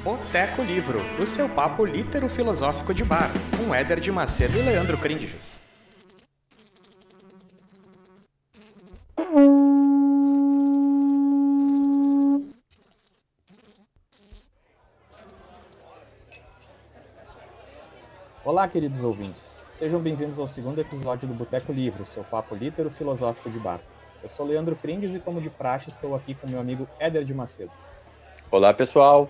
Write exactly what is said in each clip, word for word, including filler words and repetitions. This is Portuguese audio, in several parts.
Boteco Livro, o seu papo litero-filosófico de bar, com Éder de Macedo e Leandro Cringes. Olá, queridos ouvintes. Sejam bem-vindos ao segundo episódio do Boteco Livro, seu papo litero-filosófico de bar. Eu sou Leandro Cringes e, como de praxe, estou aqui com meu amigo Éder de Macedo. Olá, pessoal.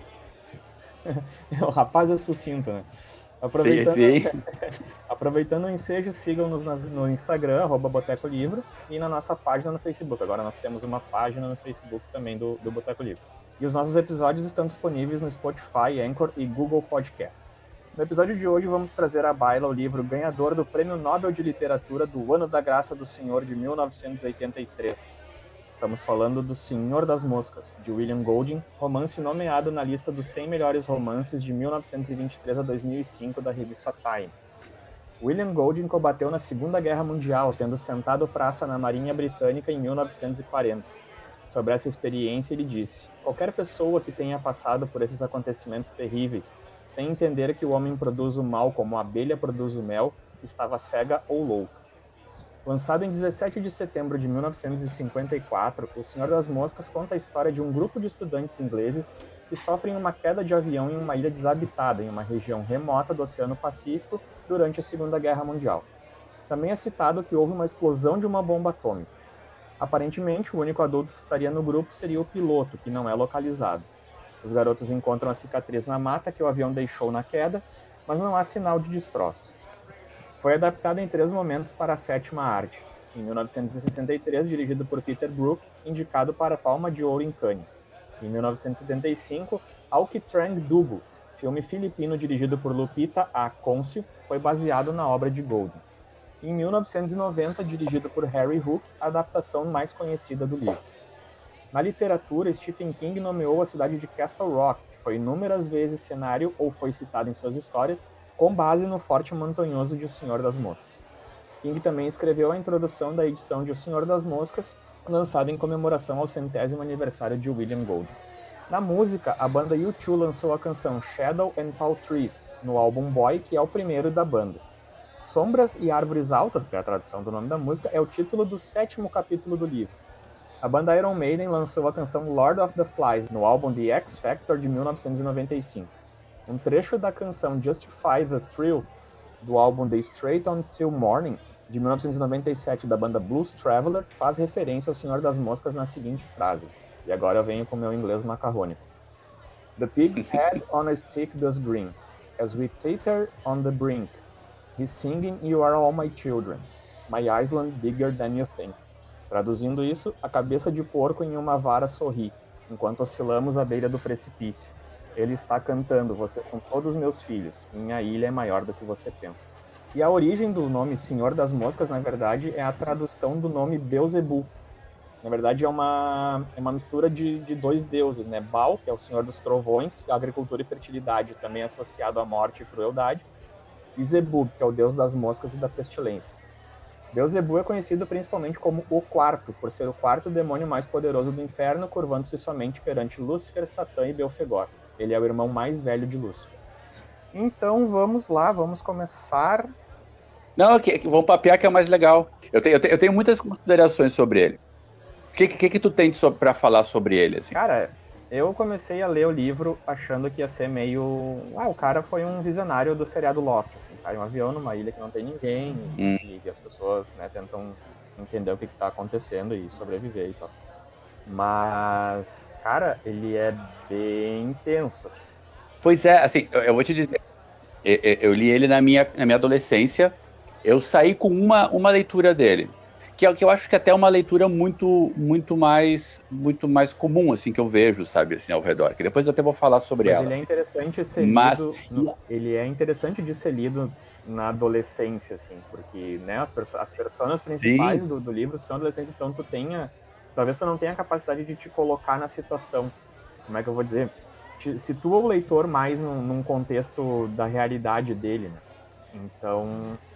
O rapaz é sucinto, né? Aproveitando, sim, sim. Aproveitando o ensejo, sigam-nos no Instagram, arroba Boteco Livro, e na nossa página no Facebook. Agora nós temos uma página no Facebook também do, do Boteco Livro. E os nossos episódios estão disponíveis no Spotify, Anchor e Google Podcasts. No episódio de hoje vamos trazer à baila o livro ganhador do Prêmio Nobel de Literatura do Ano da Graça do Senhor de mil novecentos e oitenta e três. Estamos falando do Senhor das Moscas, de William Golding, romance nomeado na lista dos cem melhores romances de mil novecentos e vinte e três a dois mil e cinco da revista Time. William Golding combateu na Segunda Guerra Mundial, tendo sentado praça na Marinha Britânica em mil novecentos e quarenta. Sobre essa experiência ele disse: qualquer pessoa que tenha passado por esses acontecimentos terríveis, sem entender que o homem produz o mal como a abelha produz o mel, estava cega ou louca. Lançado em dezessete de setembro de mil novecentos e cinquenta e quatro, O Senhor das Moscas conta a história de um grupo de estudantes ingleses que sofrem uma queda de avião em uma ilha desabitada, em uma região remota do Oceano Pacífico, durante a Segunda Guerra Mundial. Também é citado que houve uma explosão de uma bomba atômica. Aparentemente, o único adulto que estaria no grupo seria o piloto, que não é localizado. Os garotos encontram a cicatriz na mata que o avião deixou na queda, mas não há sinal de destroços. Foi adaptado em três momentos para a sétima arte. Em mil novecentos e sessenta e três, dirigido por Peter Brook, indicado para a Palma de Ouro em Cannes. Em mil novecentos e setenta e cinco, Alquitrang Dubu, filme filipino dirigido por Lupita A. Concio, foi baseado na obra de Golding. Em mil novecentos e noventa, dirigido por Harry Hook, a adaptação mais conhecida do livro. Na literatura, Stephen King nomeou a cidade de Castle Rock, que foi inúmeras vezes cenário ou foi citado em suas histórias, com base no Forte Montanhoso de O Senhor das Moscas. King também escreveu a introdução da edição de O Senhor das Moscas, lançada em comemoração ao centésimo aniversário de William Golding. Na música, a banda U dois lançou a canção Shadow and Tall Trees, no álbum Boy, que é o primeiro da banda. Sombras e Árvores Altas, que é a tradução do nome da música, é o título do sétimo capítulo do livro. A banda Iron Maiden lançou a canção Lord of the Flies, no álbum The X Factor de mil novecentos e noventa e cinco. Um trecho da canção Justify the Thrill, do álbum The Straight On Till Morning, de mil novecentos e noventa e sete, da banda Blues Traveler, faz referência ao Senhor das Moscas na seguinte frase. E agora eu venho com meu inglês macarrônico. The pig head on a stick does grin, as we teeter on the brink. He's singing You Are All My Children, My Island Bigger Than You Think. Traduzindo isso, a cabeça de porco em uma vara sorri, enquanto oscilamos à beira do precipício. Ele está cantando, vocês são todos meus filhos, minha ilha é maior do que você pensa. E a origem do nome Senhor das Moscas, na verdade, é a tradução do nome Beelzebub. Na verdade, é uma, é uma mistura de, de dois deuses, né? Baal, que é o Senhor dos Trovões, agricultura e fertilidade, também associado à morte e crueldade, e Zebub, que é o deus das moscas e da pestilência. Beelzebub é conhecido principalmente como o Quarto, por ser o quarto demônio mais poderoso do inferno, curvando-se somente perante Lúcifer, Satã e Belfegor. Ele é o irmão mais velho de Lúcifer. Então vamos lá, vamos começar. Não, que, que, vamos papear que é mais legal. Eu tenho, eu tenho, eu tenho muitas considerações sobre ele. O que, que, que tu tem para falar sobre ele? Assim? Cara, eu comecei a ler o livro achando que ia ser meio... Ah, o cara foi um visionário do seriado Lost, assim, cai um avião numa ilha que não tem ninguém, hum. e, e as pessoas, né, tentam entender o que está acontecendo e sobreviver e tal. Mas, cara, ele é bem intenso. Pois é, assim, eu, eu vou te dizer, eu, eu li ele na minha, na minha adolescência, eu saí com uma, uma leitura dele, que é o que eu acho que até é uma leitura muito, muito, mais, muito mais comum, assim, que eu vejo, sabe, assim, ao redor, que depois eu até vou falar sobre Mas ela. ele é interessante ser Mas... lido, no, ele é interessante de ser lido na adolescência, assim, porque, né, as, perso- as personas principais do, do livro são adolescentes, então tu tenha, talvez tu não tenha a capacidade de te colocar na situação, como é que eu vou dizer, te, situa o leitor mais num, num contexto da realidade dele, né, então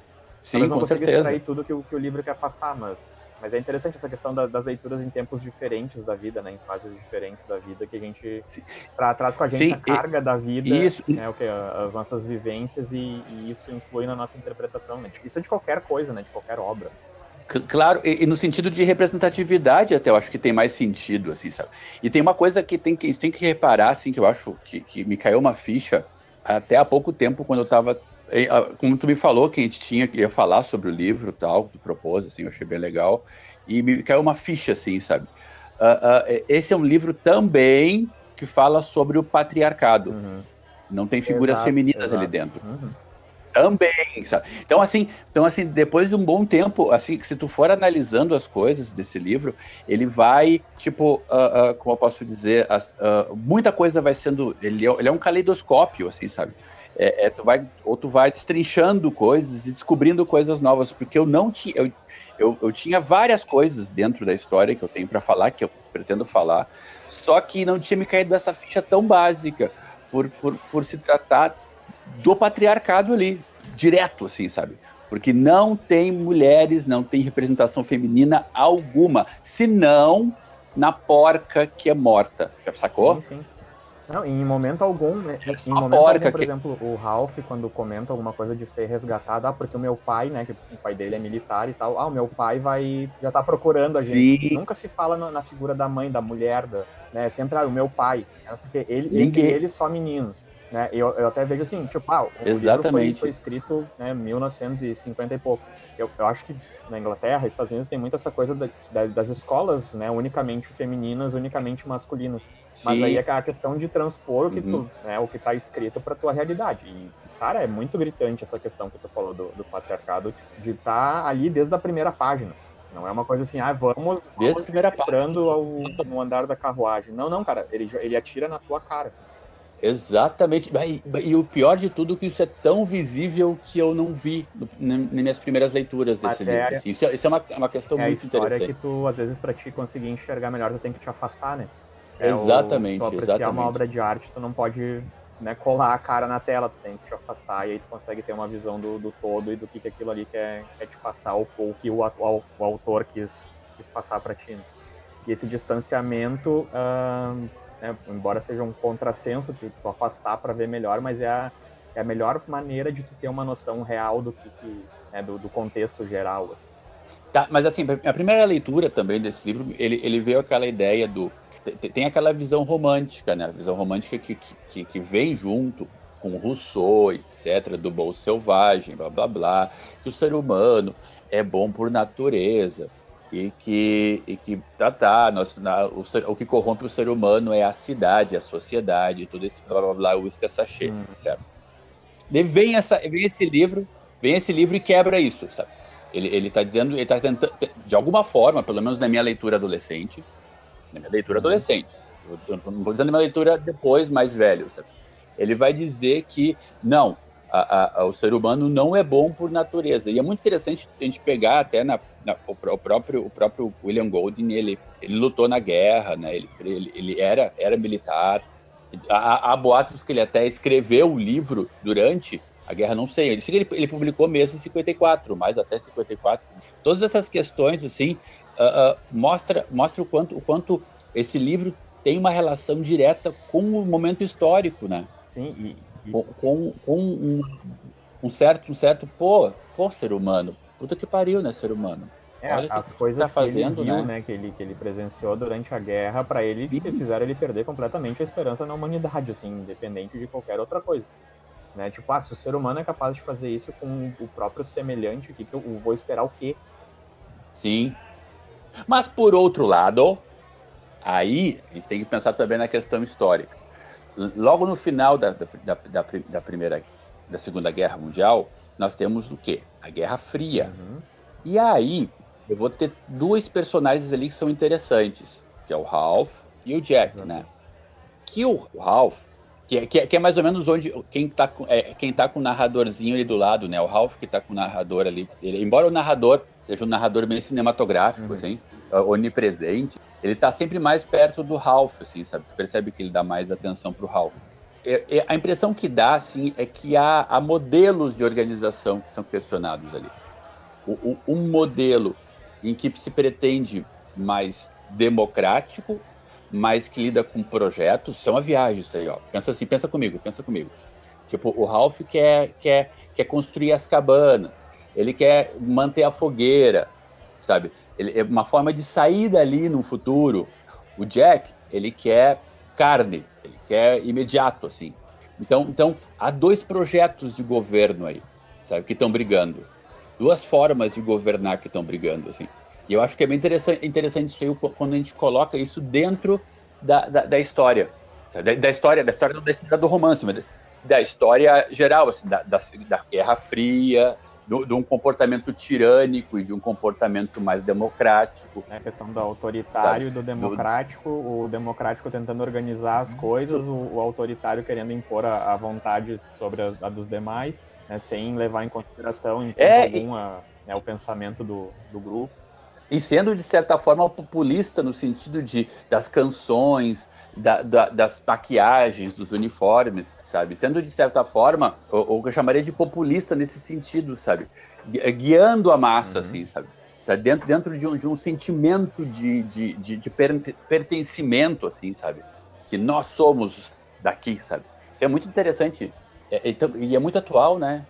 Sim, talvez não com consiga certeza. extrair tudo que o, que o livro quer passar, mas, mas é interessante essa questão da, das leituras em tempos diferentes da vida, né, em fases diferentes da vida, que a gente tra, traz com a gente Sim, a carga e, da vida, isso, né, o que, as nossas vivências, e, e isso influi na nossa interpretação, né? Isso é de qualquer coisa, né, de qualquer obra. Claro, e, e no sentido de representatividade até, eu acho que tem mais sentido, assim, sabe? E tem uma coisa que tem que, tem que reparar, assim, que eu acho que, que me caiu uma ficha até há pouco tempo, quando eu tava, como tu me falou, que a gente tinha, que ia falar sobre o livro e tal, que tu propôs, assim, eu achei bem legal, e me caiu uma ficha, assim, sabe? Uh, uh, esse é um livro também que fala sobre o patriarcado. Uhum. Não tem figuras Exato, femininas exato. ali dentro. Uhum. Também, sabe? Então, assim, então, assim, depois de um bom tempo, assim, se tu for analisando as coisas desse livro, ele vai, tipo, uh, uh, como eu posso dizer, as, uh, muita coisa vai sendo, ele é, ele é um caleidoscópio, assim, sabe? É, é, tu vai, ou tu vai destrinchando coisas e descobrindo coisas novas, porque eu não tinha, eu, eu, eu tinha várias coisas dentro da história que eu tenho para falar, que eu pretendo falar, só que não tinha me caído essa ficha tão básica, por, por, por se tratar do patriarcado ali, direto, assim, sabe? Porque não tem mulheres, não tem representação feminina alguma, senão na porca que é morta. Já sacou? Sim, sim. Não, em momento algum, né? É Em só momento porca algum, por que... exemplo, o Ralph, quando comenta alguma coisa de ser resgatado, ah, porque o meu pai, né, que o pai dele é militar e tal, ah, o meu pai vai, já tá procurando a gente. Sim. Nunca se fala no, na figura da mãe, da mulher, da, né, sempre, ah, o meu pai, né, porque ele, entre Ninguém. eles, só meninos. Né? Eu, eu até vejo assim, tipo, ah, o, o livro foi, foi escrito em né, mil novecentos e cinquenta e poucos. Eu, eu acho que na Inglaterra, Estados Unidos, tem muito essa coisa da, da, das escolas, né, unicamente femininas, unicamente masculinas. Sim. Mas aí é a questão de transpor o que, uhum. tu, né, o que tá escrito para tua realidade. E, cara, é muito gritante essa questão que tu falou do, do patriarcado, de estar tá ali desde a primeira página. Não é uma coisa assim, ah, vamos, vamos entrando ao, no andar da carruagem. Não, não, cara, ele, ele atira na tua cara, assim. Exatamente. E, e o pior de tudo é que isso é tão visível que eu não vi nas minhas primeiras leituras desse Até livro. Assim. Isso, é, isso é uma, uma questão é muito interessante. É a história que tu, às vezes, pra te conseguir enxergar melhor, tu tem que te afastar, né? É exatamente. Tu apreciar exatamente. Uma obra de arte, tu não pode né, colar a cara na tela, tu tem que te afastar e aí tu consegue ter uma visão do, do todo e do que, que aquilo ali quer, quer te passar, ou o que o, o, o autor quis, quis passar pra ti. Né? E esse distanciamento... Uh, Né, embora seja um contrassenso, tu, tu afastar para ver melhor, mas é a, é a melhor maneira de tu ter uma noção real do que, que né, do, do contexto geral. Assim. Tá, mas assim, a primeira leitura também desse livro, ele, ele veio aquela ideia do... Tem aquela visão romântica, né? A visão romântica que, que, que vem junto com Rousseau, etcétera, do bom selvagem, blá, blá, blá, que o ser humano é bom por natureza, e que, e que tá, tá, nós, na, o, ser, o que corrompe o ser humano é a cidade, a sociedade, tudo esse blá blá blá, o uísque sachê, hum. certo? E vem, essa, vem esse livro, vem esse livro e quebra isso, sabe? Ele, ele tá dizendo, ele tá tentando, de alguma forma, pelo menos na minha leitura adolescente, na minha leitura hum. adolescente, eu não vou dizer na minha leitura depois, mais velho, sabe? Ele vai dizer que, não, a, a, o ser humano não é bom por natureza, e é muito interessante a gente pegar até na Na, o, o, próprio, o próprio William Golding, ele, ele lutou na guerra, né? ele, ele, ele era, era militar. Há, há boatos que ele até escreveu o livro durante a guerra, não sei. Ele, ele, ele publicou mesmo em cinquenta e quatro, mas até cinquenta e quatro. Todas essas questões, assim, uh, uh, mostra, mostra o, quanto, o quanto esse livro tem uma relação direta com o momento histórico, né? Sim, e... e... Com, com, com um, um certo, um certo, pô, pô, ser humano. Puta que pariu, né, ser humano? É, Olha as que coisas que, tá fazendo, que ele viu, né? né, que, ele, que ele presenciou durante a guerra, para ele, que fizeram ele perder completamente a esperança na humanidade, assim, independente de qualquer outra coisa. Né? Tipo, ah, se o ser humano é capaz de fazer isso com o próprio semelhante, o que eu vou esperar o quê? Sim. Mas, por outro lado, aí a gente tem que pensar também na questão histórica. Logo no final da, da, da, da primeira, da Segunda Guerra Mundial, nós temos o quê? A Guerra Fria. Uhum. E aí, eu vou ter dois personagens ali que são interessantes, que é o Ralph e o Jack, uhum. né? Que o Ralph, que é, que é, que é mais ou menos onde quem tá, com, é, quem tá com o narradorzinho ali do lado, né? O Ralph que tá com o narrador ali. Ele, embora o narrador seja um narrador bem cinematográfico, uhum. assim, onipresente, ele tá sempre mais perto do Ralph, assim, sabe? Tu percebe que ele dá mais atenção pro Ralph. A impressão que dá, assim, é que há, há modelos de organização que são questionados ali. o, um modelo em que se pretende mais democrático, mas que lida com projetos. Isso é uma viagem, isso aí, ó. Pensa assim, pensa comigo, pensa comigo. Tipo, o Ralph quer, quer, quer construir as cabanas, ele quer manter a fogueira, sabe? Ele, é uma forma de sair dali no futuro. O Jack, ele quer carne, ele quer imediato, assim. Então, então há dois projetos de governo aí, sabe, que estão brigando. Duas formas de governar que estão brigando, assim. E eu acho que é bem interessante, interessante isso aí, quando a gente coloca isso dentro da, da, da história. Da, da história, da história, da história do romance, mas da história geral, assim, da, da, da Guerra Fria, do, de um comportamento tirânico e de um comportamento mais democrático. É a questão do autoritário, sabe? E do democrático, do... o democrático tentando organizar as coisas, o, o autoritário querendo impor a, a vontade sobre a, a dos demais, né, sem levar em consideração em é, alguma, e... né, o pensamento do, do grupo. E sendo, de certa forma, populista no sentido de, das canções, da, da, das maquiagens, dos uniformes, sabe? Sendo, de certa forma, o, o que eu chamaria de populista nesse sentido, sabe? Guiando a massa, uhum. assim, sabe? sabe? Dentro, dentro de, um, de um sentimento de, de, de, de pertencimento, assim, sabe? Que nós somos daqui, sabe? Isso é muito interessante. É, é, e é muito atual, né?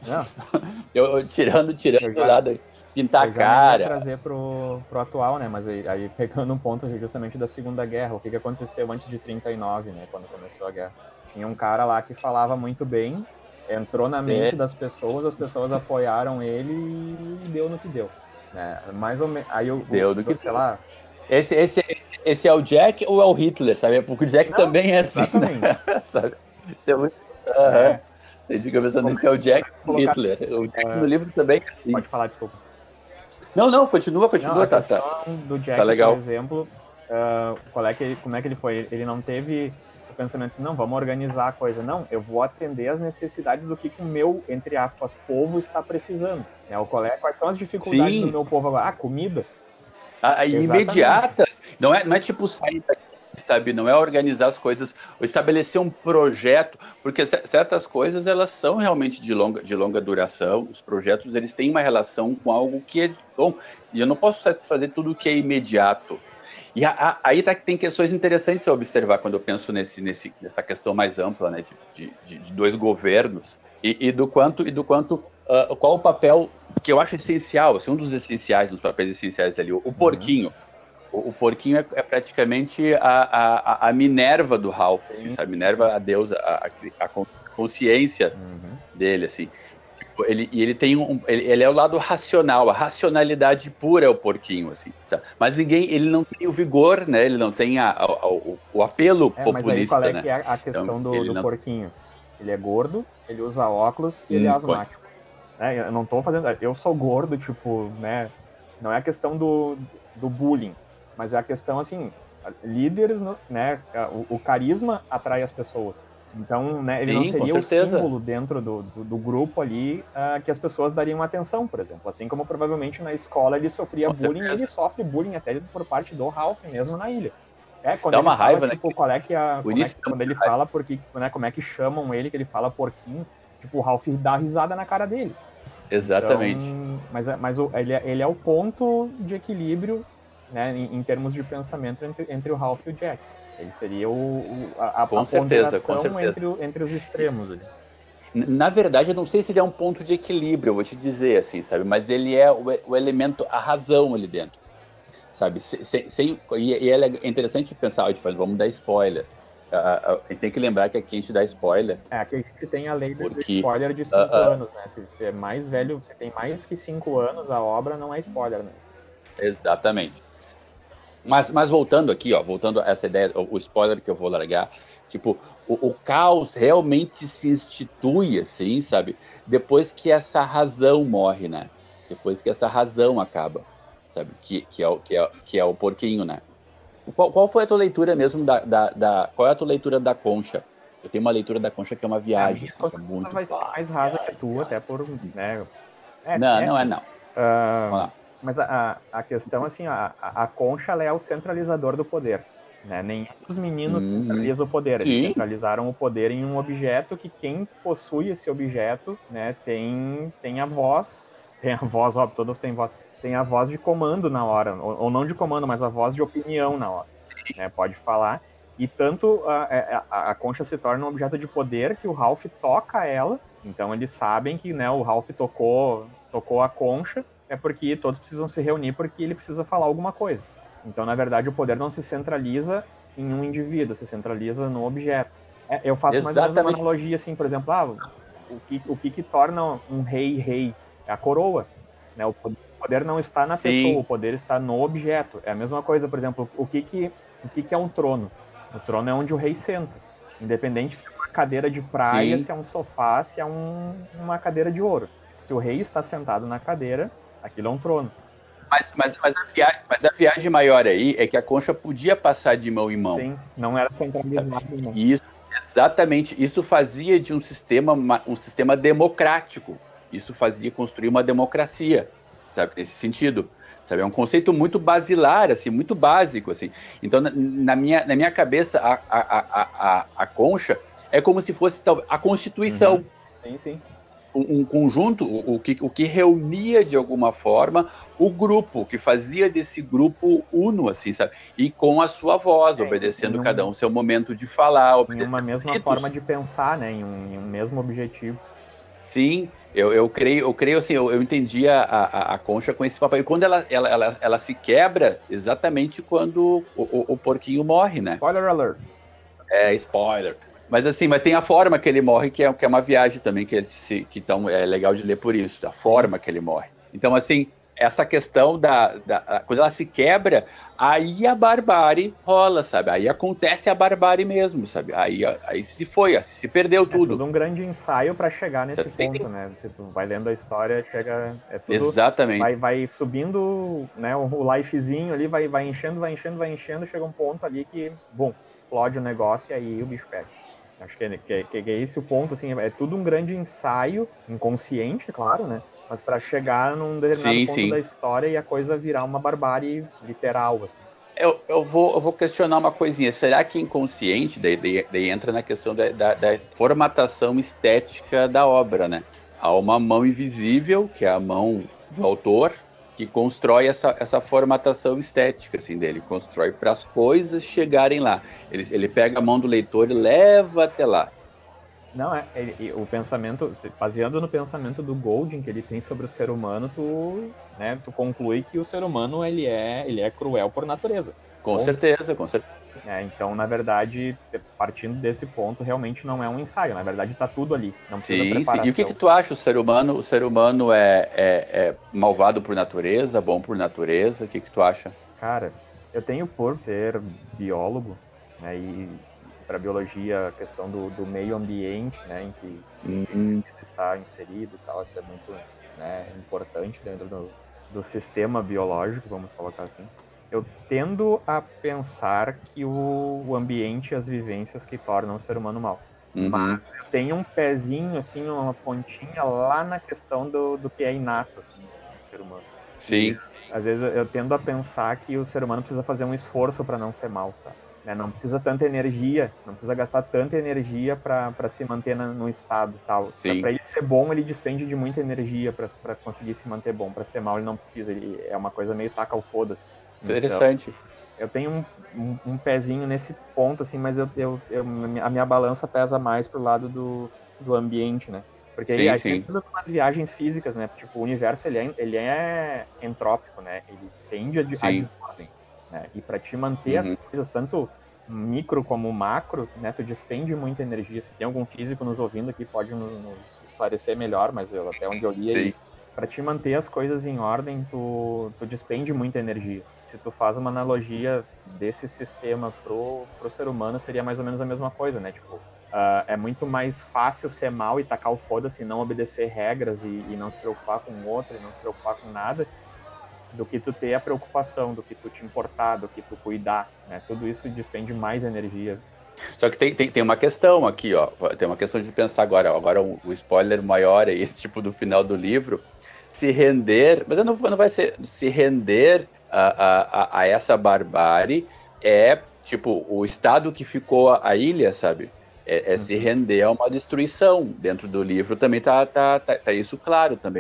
eu, eu, tirando, tirando eu já... lá da... pintar a cara. Eu trazer pro, pro atual, né? Mas aí, aí pegando um ponto assim, justamente da Segunda Guerra, o que, que aconteceu antes de trinta e nove, né? Quando começou a guerra. Tinha um cara lá que falava muito bem, entrou na mente é. das pessoas, as pessoas apoiaram ele e deu no que deu. Né? Mais ou menos. Aí eu, deu no que sei lá. Esse, esse, esse é o Jack ou é o Hitler, sabe? Porque o Jack Não, também é assim. Exatamente. Né? Sabe? Isso é muito. Uhum. É. Você fica pensando se é o Jack ou o Hitler. O Jack uh, no livro também é assim. Pode falar, desculpa. Não, não, continua, continua, não, tá, tá. Do Jack, tá legal. por exemplo, uh, qual é que ele, como é que ele foi? Ele não teve o pensamento assim, não, vamos organizar a coisa. Não, eu vou atender as necessidades do que, que o meu, entre aspas, povo está precisando. Né? O qual é, quais são as dificuldades Sim. do meu povo agora? Ah, comida. Ah, imediata. Não é, não é tipo sair daqui, sabe? Não é organizar as coisas, ou estabelecer um projeto, porque certas coisas elas são realmente de longa, de longa duração. Os projetos eles têm uma relação com algo que é bom, e eu não posso satisfazer tudo que é imediato. E a, a, aí tá, tem questões interessantes a observar quando eu penso nesse, nesse, nessa questão mais ampla, né, de, de, de dois governos e, e do quanto e do quanto uh, qual o papel que eu acho essencial, assim, um dos essenciais, dos papéis essenciais ali, o, o porquinho. Uhum. O, o porquinho é, é praticamente a, a, a Minerva do Ralph, assim, sabe? Minerva, a deusa, a, a consciência uhum. dele, assim. Ele, e ele tem um, ele, ele é o lado racional, a racionalidade pura é o porquinho, assim, sabe? Mas ninguém, ele não tem o vigor, né? Ele não tem a, a, a, o, o apelo é, populista, mas aí qual é né? que é a questão então, do, do não... porquinho? Ele é gordo, ele usa óculos e hum, ele é asmático. É, eu não tô fazendo, eu sou gordo, tipo, né? Não é a questão do, do bullying, mas é a questão, assim, líderes, né? O, o carisma atrai as pessoas. Então, né, ele Sim, não seria o símbolo dentro do, do, do grupo ali uh, que as pessoas dariam atenção, por exemplo. Assim como provavelmente na escola ele sofria com bullying, certeza. Ele sofre bullying até por parte do Ralph mesmo na ilha. É, quando Dá ele uma fala, raiva, tipo, né? qual é que a, como é que, quando ele fala porque, né, como é que chamam ele, que ele fala porquinho, tipo, o Ralph dá risada na cara dele. Exatamente. Então, mas mas o, ele, é, ele é o ponto de equilíbrio, né, em, em termos de pensamento entre, entre o Ralph e o Jack. Ele seria o, o, a, com a certeza, com ponderação certeza. entre, entre os extremos ali. Na verdade, eu não sei se ele é um ponto de equilíbrio, eu vou te dizer assim, sabe? Mas ele é o, o elemento, a razão ali dentro, sabe? Sem, sem, e, e é interessante pensar, vamos dar spoiler. A, a, a gente tem que lembrar que aqui a gente dá spoiler. É, aqui a gente tem a lei do porque, spoiler de cinco uh, uh, anos, né? Se você é mais velho, você tem mais que cinco anos, a obra não é spoiler, né? Exatamente. Mas, mas voltando aqui, ó, voltando a essa ideia, o, o spoiler que eu vou largar, tipo, o, o caos realmente se institui, assim, sabe? Depois que essa razão morre, né? Depois que essa razão acaba, sabe? Que, que, é, o, que, é, que é o porquinho, né? Qual, qual foi a tua leitura mesmo da, da, da... Qual é a tua leitura da Concha? Eu tenho uma leitura da Concha que é uma viagem, assim, que é muito... vai ser mais rasa que a tua, até por... Né? É, não, é, não é não. Uh... Mas a, a questão, assim, a, a Concha ela é o centralizador do poder. Né? Nenhum dos meninos uhum. centraliza o poder. Eles Sim. centralizaram o poder em um objeto que quem possui esse objeto, né, tem, tem a voz tem a voz, óbvio, todos têm voz. Tem a voz de comando na hora, ou, ou não de comando, mas a voz de opinião na hora, né? Pode falar. E tanto a, a, a concha se torna um objeto de poder que o Ralph toca ela, então eles sabem que, né, o Ralph tocou, tocou a concha, é porque todos precisam se reunir porque ele precisa falar alguma coisa. Então, na verdade, o poder não se centraliza em um indivíduo, se centraliza no objeto. É, eu faço mais ou menos uma analogia, assim, por exemplo, ah, o, que, o que, que torna um rei rei? É a coroa, né? O poder não está na Sim. pessoa, o poder está no objeto. É a mesma coisa, por exemplo, o que, que, o que, que é um trono? O trono é onde o rei senta. Independente se é uma cadeira de praia, Sim. se é um sofá, se é um, uma cadeira de ouro. Se o rei está sentado na cadeira, aquilo é um trono. Mas, mas, mas, a viagem, mas a viagem maior aí é que a concha podia passar de mão em mão. Sim, não era centralizado. Isso, exatamente. Isso fazia de um sistema, um sistema democrático. Isso fazia construir uma democracia, sabe? Nesse sentido. Sabe? É um conceito muito basilar, assim, muito básico, assim. Então, na, na, minha, na minha cabeça, a, a, a, a, a concha é como se fosse a Constituição. Uhum. Sim, sim. Um, um conjunto, o, o, que, o que reunia, de alguma forma, o grupo, que fazia desse grupo uno, assim, sabe? E com a sua voz, é, obedecendo um, cada um seu momento de falar. Em uma mesma ritos. forma de pensar, né? Em um, em um mesmo objetivo. Sim, eu, eu creio, eu creio assim, eu, eu entendi a, a, a concha com esse papel. E quando ela, ela, ela, ela se quebra, exatamente quando o, o, o porquinho morre, né? Spoiler alert. É, spoiler. Mas assim, mas tem a forma que ele morre, que é, que é uma viagem também, que, se, que então, é legal de ler por isso, a forma que ele morre. Então, assim, essa questão da, da... Quando ela se quebra, aí a barbárie rola, sabe? Aí acontece a barbárie mesmo, sabe? Aí, aí se foi, se perdeu tudo. É tudo um grande ensaio para chegar nesse Você ponto, tem... né? Se tu vai lendo a história, chega... É tudo, Exatamente. Vai, vai subindo, né? O lifezinho ali, vai, vai enchendo, vai enchendo, vai enchendo, chega um ponto ali que, bom, explode o negócio e aí o bicho pega. Acho que é, que, que é esse o ponto, assim, é tudo um grande ensaio, inconsciente, claro, né? Mas para chegar num determinado sim, ponto sim. da história e a coisa virar uma barbárie literal, assim. Eu, eu, vou, eu vou questionar uma coisinha. Será que inconsciente, daí, daí, daí entra na questão da, da, da formatação estética da obra, né? Há uma mão invisível, que é a mão do autor, que constrói essa, essa formatação estética assim, dele, constrói para as coisas chegarem lá. Ele, ele pega a mão do leitor e leva até lá. Não, é, ele, o pensamento, baseando no pensamento do Golding que ele tem sobre o ser humano, tu, né, tu conclui que o ser humano ele é, ele é cruel por natureza. Com Bom, certeza, com certeza. É, então, na verdade, partindo desse ponto, realmente não é um ensaio. Na verdade, está tudo ali. Não precisa sim, preparação. Sim. E o que, que tu acha? O ser humano, o ser humano é, é, é malvado por natureza, bom por natureza? O que, que tu acha? Cara, eu tenho por ser biólogo, né, e para biologia a questão do, do meio ambiente, né, em que uhum. está inserido e tal, isso é muito, né, importante dentro do, do sistema biológico, vamos colocar assim. Eu tendo a pensar que o, o ambiente e as vivências que tornam o ser humano mal. Uhum. Mas eu tenho um pezinho, assim, uma pontinha lá na questão do, do que é inato, assim, no ser humano. Sim. E, às vezes eu tendo a pensar que o ser humano precisa fazer um esforço para não ser mal, sabe? Né? Não precisa tanta energia, não precisa gastar tanta energia para se manter na, no estado tal. Para ele ser bom, ele despende de muita energia para conseguir se manter bom. Para ser mal, ele não precisa. Ele, é uma coisa meio taca ao foda-se. Interessante. Então, eu tenho um, um, um pezinho nesse ponto, assim, mas eu, eu, eu, a minha balança pesa mais pro lado do, do ambiente, né? Porque sim, aí sim. tem todas as viagens físicas, né? Tipo, o universo, ele é, ele é entrópico, né? Ele tende a, a desordem, né? E para te manter uhum. as coisas, tanto micro como macro, né? Tu despende muita energia. Se tem algum físico nos ouvindo aqui, pode nos, nos esclarecer melhor, mas eu, até onde eu li é isso. Para te manter as coisas em ordem, tu, tu despende muita energia. Se tu faz uma analogia desse sistema pro, pro ser humano, seria mais ou menos a mesma coisa, né? Tipo, uh, é muito mais fácil ser mal e tacar o foda-se, não obedecer regras e, e não se preocupar com o outro, e não se preocupar com nada, do que tu ter a preocupação, do que tu te importar, do que tu cuidar, né? Tudo isso despende mais energia. Só que tem, tem, tem uma questão aqui, ó. Tem uma questão de pensar agora. Agora o, o spoiler maior é esse, tipo, do final do livro. Se render, mas não, não vai ser, se render a, a, a essa barbárie é, tipo, o estado que ficou a ilha, sabe? É, é uhum. se render a uma destruição. Dentro do livro também tá, tá, tá, tá isso claro também, né?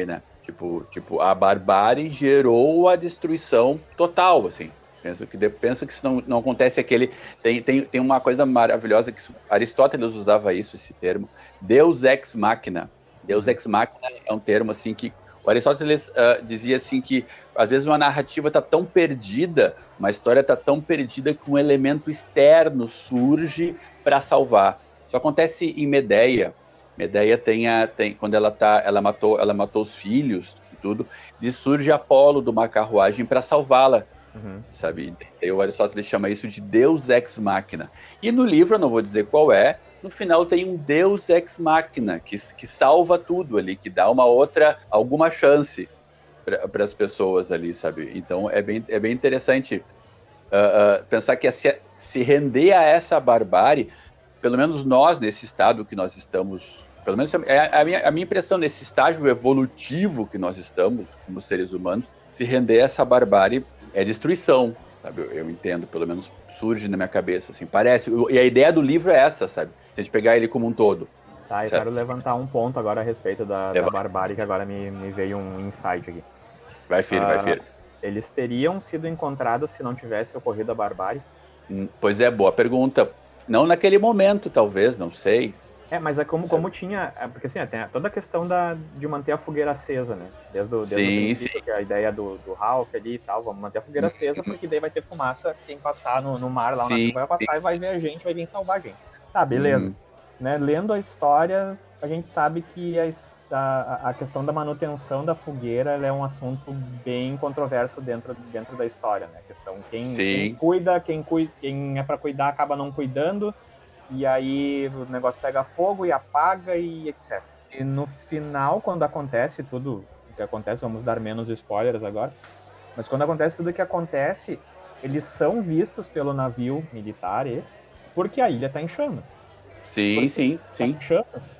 Tipo, tipo, a barbárie gerou a destruição total, assim. Pensa que, pensa que se não, não acontece aquele... Tem, tem, tem uma coisa maravilhosa que Aristóteles usava isso, esse termo. Deus ex machina. Deus ex machina é um termo, assim, que o Aristóteles uh, dizia, assim, que às vezes uma narrativa está tão perdida, uma história está tão perdida que um elemento externo surge para salvar. Isso acontece em Medeia. Medeia tem, a, tem quando ela, tá, ela, matou, ela matou os filhos e tudo, e surge Apolo de uma carruagem para salvá-la. Uhum. Sabe? E o Aristóteles chama isso de Deus ex machina. E no livro, eu não vou dizer qual é, no final tem um Deus ex machina que, que salva tudo ali, que dá uma outra, alguma chance para as pessoas ali, sabe? Então é bem, é bem interessante uh, uh, pensar que se, se render a essa barbárie, pelo menos nós nesse estado que nós estamos, pelo menos é a minha, a minha impressão nesse estágio evolutivo que nós estamos como seres humanos, se render a essa barbárie é destruição, sabe? Eu, eu entendo, pelo menos surge na minha cabeça, assim, parece. E a ideia do livro é essa, sabe? Se a gente pegar ele como um todo. Tá, eu certo? Quero levantar um ponto agora a respeito da, da barbárie, que agora me, me veio um insight aqui. Vai, filho, uh, vai, filho. Eles teriam sido encontrados se não tivesse ocorrido a barbárie? Hum, pois é, boa pergunta. Não naquele momento, talvez, não sei. É, mas é como, como tinha... É porque assim, tem toda a questão da, de manter a fogueira acesa, né? Desde o, desde sim, o princípio, sim. que é a ideia do, do Ralph ali e tal, vamos manter a fogueira acesa, porque daí vai ter fumaça, quem passar no, no mar lá, o navio vai passar sim. e vai ver a gente, vai vir salvar a gente. Tá, beleza. Hum. Né? Lendo a história, a gente sabe que a, a, a questão da manutenção da fogueira ela é um assunto bem controverso dentro, dentro da história, né? A questão, quem, quem cuida, quem, cuida, quem é para cuidar acaba não cuidando, e aí o negócio pega fogo e apaga e etcétera. E no final, quando acontece tudo o que acontece, vamos dar menos spoilers agora, mas quando acontece tudo o que acontece, eles são vistos pelo navio militar esse, porque a ilha está em chamas. Sim, porque tá sim, sim. Em chamas,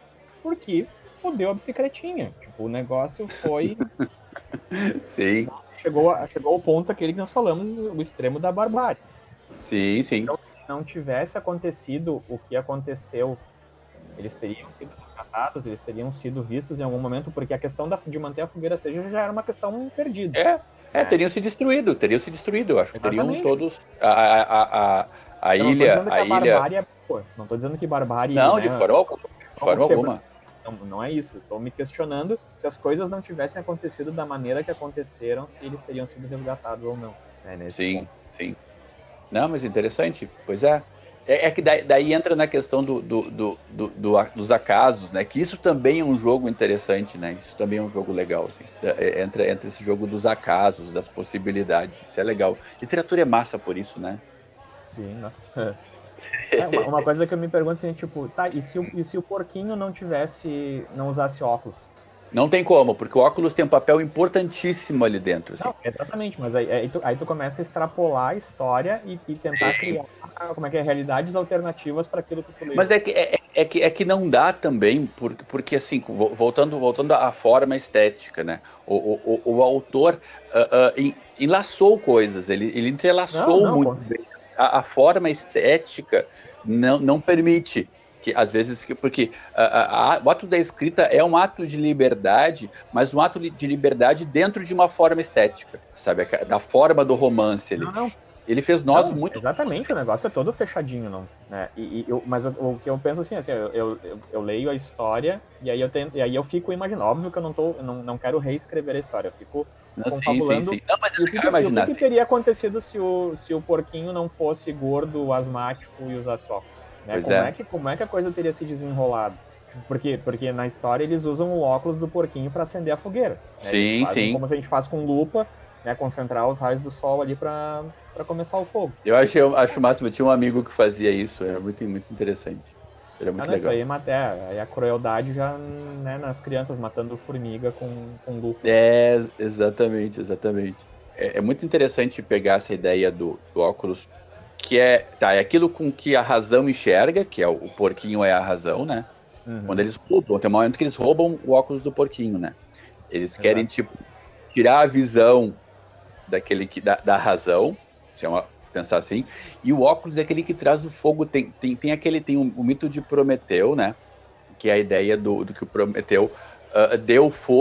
porque fodeu a bicicletinha. Tipo, o negócio foi... sim. Chegou, chegou ao ponto aquele que nós falamos, o extremo da barbárie. Sim, sim. Então, não tivesse acontecido o que aconteceu, eles teriam sido resgatados, eles teriam sido vistos em algum momento, porque a questão da, de manter a fogueira acesa já era uma questão perdida. É, é, é. teriam se destruído, teriam se destruído, eu acho. Exatamente. Teriam todos... A, a, a, a eu ilha... Não tô dizendo a que a ilha... barbárie é boa, não tô dizendo que barbárie... Não, né, de forma alguma. De forma alguma. Não, não é isso. Estou me questionando se as coisas não tivessem acontecido da maneira que aconteceram, se eles teriam sido resgatados ou não. É, nesse sim, ponto. sim. Não, mas interessante. Pois é. É, é que daí, daí entra na questão do, do, do, do, do, dos acasos, né? Que isso também é um jogo interessante, né? Isso também é um jogo legal, assim. É, entra, entra esse jogo dos acasos, das possibilidades. Isso é legal. Literatura é massa por isso, né? Sim, né? É, uma, uma coisa que eu me pergunto assim, tipo, tá, e se, o, e se o porquinho não tivesse, não usasse óculos? Não tem como, porque o óculos tem um papel importantíssimo ali dentro. Assim. Não, exatamente, mas aí, aí, tu, aí tu começa a extrapolar a história e, e tentar é. criar como é que é, realidades alternativas para aquilo que tu lê. Mas é que, é, é, que, é que não dá também, porque, porque assim, voltando, voltando à forma estética, né? O, o, o, o autor uh, uh, enlaçou coisas, ele, ele entrelaçou não, não, muito bem. A, a forma estética não, não permite que às vezes que porque a, a, a, o ato da escrita é um ato de liberdade, mas um ato de liberdade dentro de uma forma estética, sabe, da forma do romance ali. Não, não. Ele fez nós não, muito exatamente, o negócio é todo fechadinho, não, né? E, e eu, mas o, o que eu penso assim, assim eu, eu, eu leio a história e aí eu tento, e aí eu fico imaginando, óbvio que eu não tô, eu não, não quero reescrever a história, eu fico não, confabulando. Sim, sim, sim. Não, mas eu fico imaginar. O que, que teria acontecido se o, se o porquinho não fosse gordo, asmático e usasse óculos? Né? Como, é. É que, como é que a coisa teria se desenrolado? Por quê? Porque na história eles usam o óculos do porquinho para acender a fogueira. Né? Sim, sim. Como a gente faz com lupa, né? Concentrar os raios do sol ali para para começar o fogo. Eu acho, eu acho o máximo, eu tinha um amigo que fazia isso, era muito, muito interessante. Era muito ah, não, legal. Isso aí, é, aí a crueldade já, né, nas crianças, matando formiga com, com lupa. É, exatamente, exatamente. É, é muito interessante pegar essa ideia do, do óculos, que é, tá, é aquilo com que a razão enxerga, que é o, o porquinho é a razão, né? Uhum. Quando eles roubam, tem um momento que eles roubam o óculos do porquinho, né? Eles Exato. Querem, tipo, tirar a visão daquele que, da, da razão, se é uma, pensar assim, e o óculos é aquele que traz o fogo, tem, tem, tem aquele, tem um, o mito de Prometeu, né, que é a ideia do, do que o Prometeu uh, deu fogo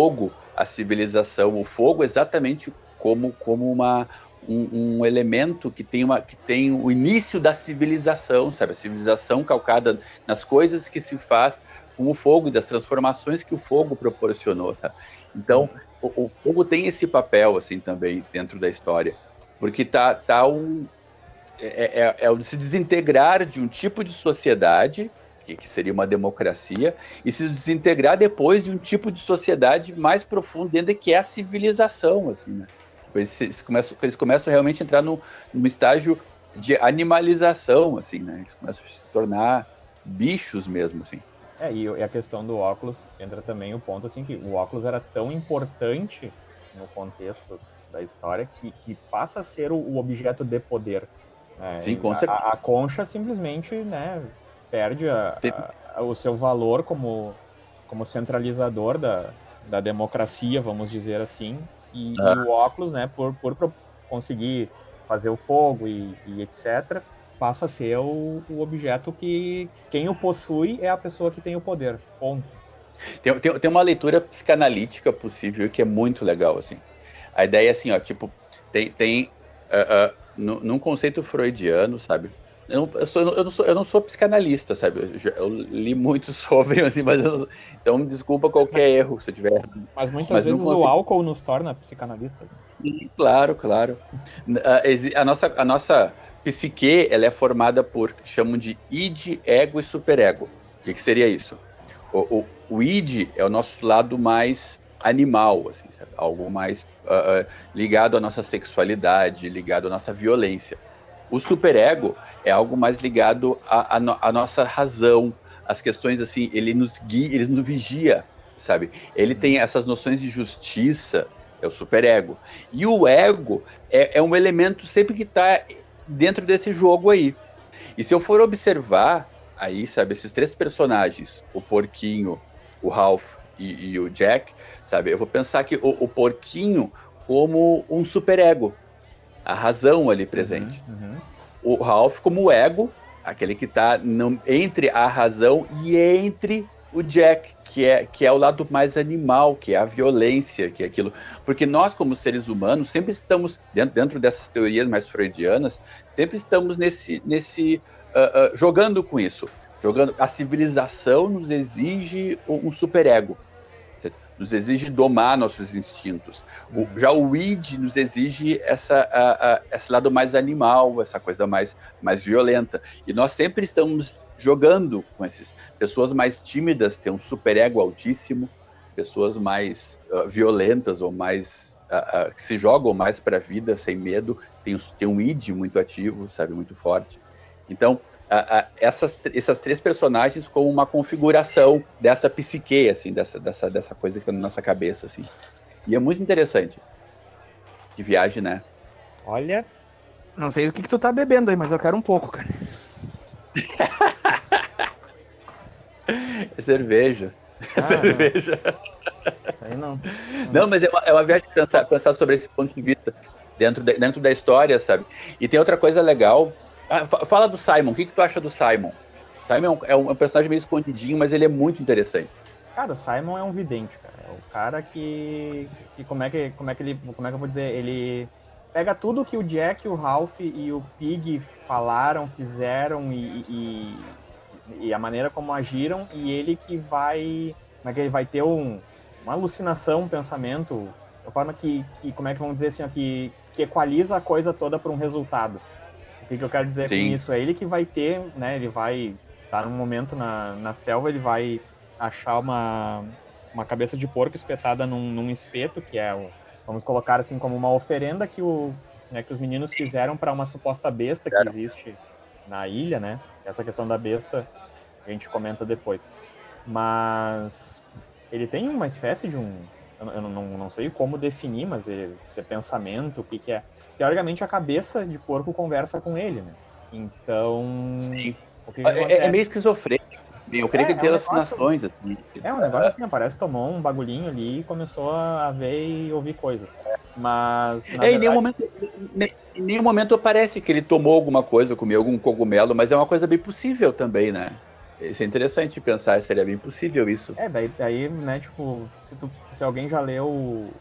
a civilização, o fogo exatamente como, como uma, um, um elemento que tem, uma, que tem o início da civilização, sabe? A civilização calcada nas coisas que se faz com o fogo e das transformações que o fogo proporcionou, sabe? Então, o, o fogo tem esse papel, assim, também dentro da história, porque tá, tá um... É, é, é o se desintegrar de um tipo de sociedade, que, que seria uma democracia, e se desintegrar depois de um tipo de sociedade mais profundo dentro, que é a civilização, assim, né? Eles, eles, começam, eles começam realmente a entrar no, num estágio de animalização, assim, né? Eles começam a se tornar bichos mesmo, assim. É, e a questão do óculos, entra também o ponto, assim, que o óculos era tão importante no contexto da história que, que passa a ser o, o objeto de poder. É, Sim, com certeza. A, a concha simplesmente, né, perde a, a, o seu valor como, como centralizador da, da democracia, vamos dizer assim, e, ah. e o óculos, né, por, por conseguir fazer o fogo e, e etcétera, passa a ser o, o objeto que quem o possui é a pessoa que tem o poder, ponto. Tem, tem, tem uma leitura psicanalítica possível que é muito legal, assim. A ideia é assim, ó, tipo, tem... tem uh, uh, No, num conceito freudiano, sabe? Eu, eu, sou, eu, não sou, eu não sou psicanalista, sabe? Eu, eu li muito sobre, assim, mas eu, então me desculpa qualquer mas, erro se eu tiver. Mas muitas mas vezes consigo... o álcool nos torna psicanalistas. Né? Claro, claro. A, a, nossa, a nossa psique, ela é formada por, chamam de id, ego e superego. O que, que seria isso? O, o, o id é o nosso lado mais animal, assim, sabe? Algo mais uh, uh, ligado à nossa sexualidade, ligado à nossa violência. O superego é algo mais ligado à, à, no, à nossa razão, às questões assim, ele nos guia, ele nos vigia, sabe? Ele tem essas noções de justiça, é o superego. E o ego é, é um elemento sempre que está dentro desse jogo aí. E se eu for observar aí, sabe, esses três personagens, o porquinho, o Ralph E, e o Jack, sabe? Eu vou pensar que o, o porquinho como um superego, a razão ali presente. Uhum, uhum. O Ralph como o ego, aquele que está entre a razão e entre o Jack, que é, que é o lado mais animal, que é a violência, que é aquilo. Porque nós, como seres humanos, sempre estamos, dentro, dentro dessas teorias mais freudianas, sempre estamos nesse, nesse uh, uh, jogando com isso. Jogando, a civilização nos exige um superego, nos exige domar nossos instintos. O, já o id nos exige essa, a, a, esse lado mais animal, essa coisa mais, mais violenta. E nós sempre estamos jogando com essas pessoas mais tímidas, têm um superego altíssimo, pessoas mais uh, violentas ou mais uh, uh, que se jogam mais para a vida sem medo, tem, tem um id muito ativo, sabe, muito forte. Então, A, a, essas, essas três personagens com uma configuração dessa psique, assim, dessa, dessa, dessa coisa que tá na nossa cabeça, assim. E é muito interessante. Que viagem, né? Olha, não sei o que, que tu tá bebendo aí, mas eu quero um pouco, cara. É cerveja. Ah, é cerveja. Não. Aí não. Não, mas é uma, é uma viagem pensar, pensar sobre esse ponto de vista dentro, de, dentro da história, sabe? E tem outra coisa legal. Ah, fala do Simon, o que, que tu acha do Simon? Simon é um, é um personagem meio escondidinho, mas ele é muito interessante. Cara, o Simon é um vidente, cara. É o cara que, que como é que como é que ele, como é que eu vou dizer, ele pega tudo que o Jack, o Ralph e o Pig falaram, fizeram e, e, e a maneira como agiram, e ele que vai, como é que ele vai ter um, uma alucinação, um pensamento, de forma que, que como é que vamos dizer assim, ó, que, que equaliza a coisa toda para um resultado. O que, que eu quero dizer Sim. com isso? É ele que vai ter, né, ele vai estar num momento na, na selva, ele vai achar uma, uma cabeça de porco espetada num, num espeto, que é, o, vamos colocar assim, como uma oferenda que, o, né, que os meninos fizeram para uma suposta besta que existe na ilha, né? Essa questão da besta a gente comenta depois. Mas ele tem uma espécie de um... Eu não, não, não sei como definir, mas ele, se é pensamento, o que, que é. Teoricamente, a cabeça de porco conversa com ele, né? Então... Sim. O que que é, é meio esquizofrênico. Eu creio é, que tem é um alucinações. Assim. É um negócio assim, parece que tomou um bagulhinho ali e começou a ver e ouvir coisas. Mas, na é, verdade... em, nenhum momento, em nenhum momento parece que ele tomou alguma coisa, comeu algum cogumelo, mas é uma coisa bem possível também, né? Isso é interessante de pensar, seria bem possível isso. É, daí, daí né, tipo, se, tu, se alguém já leu uh,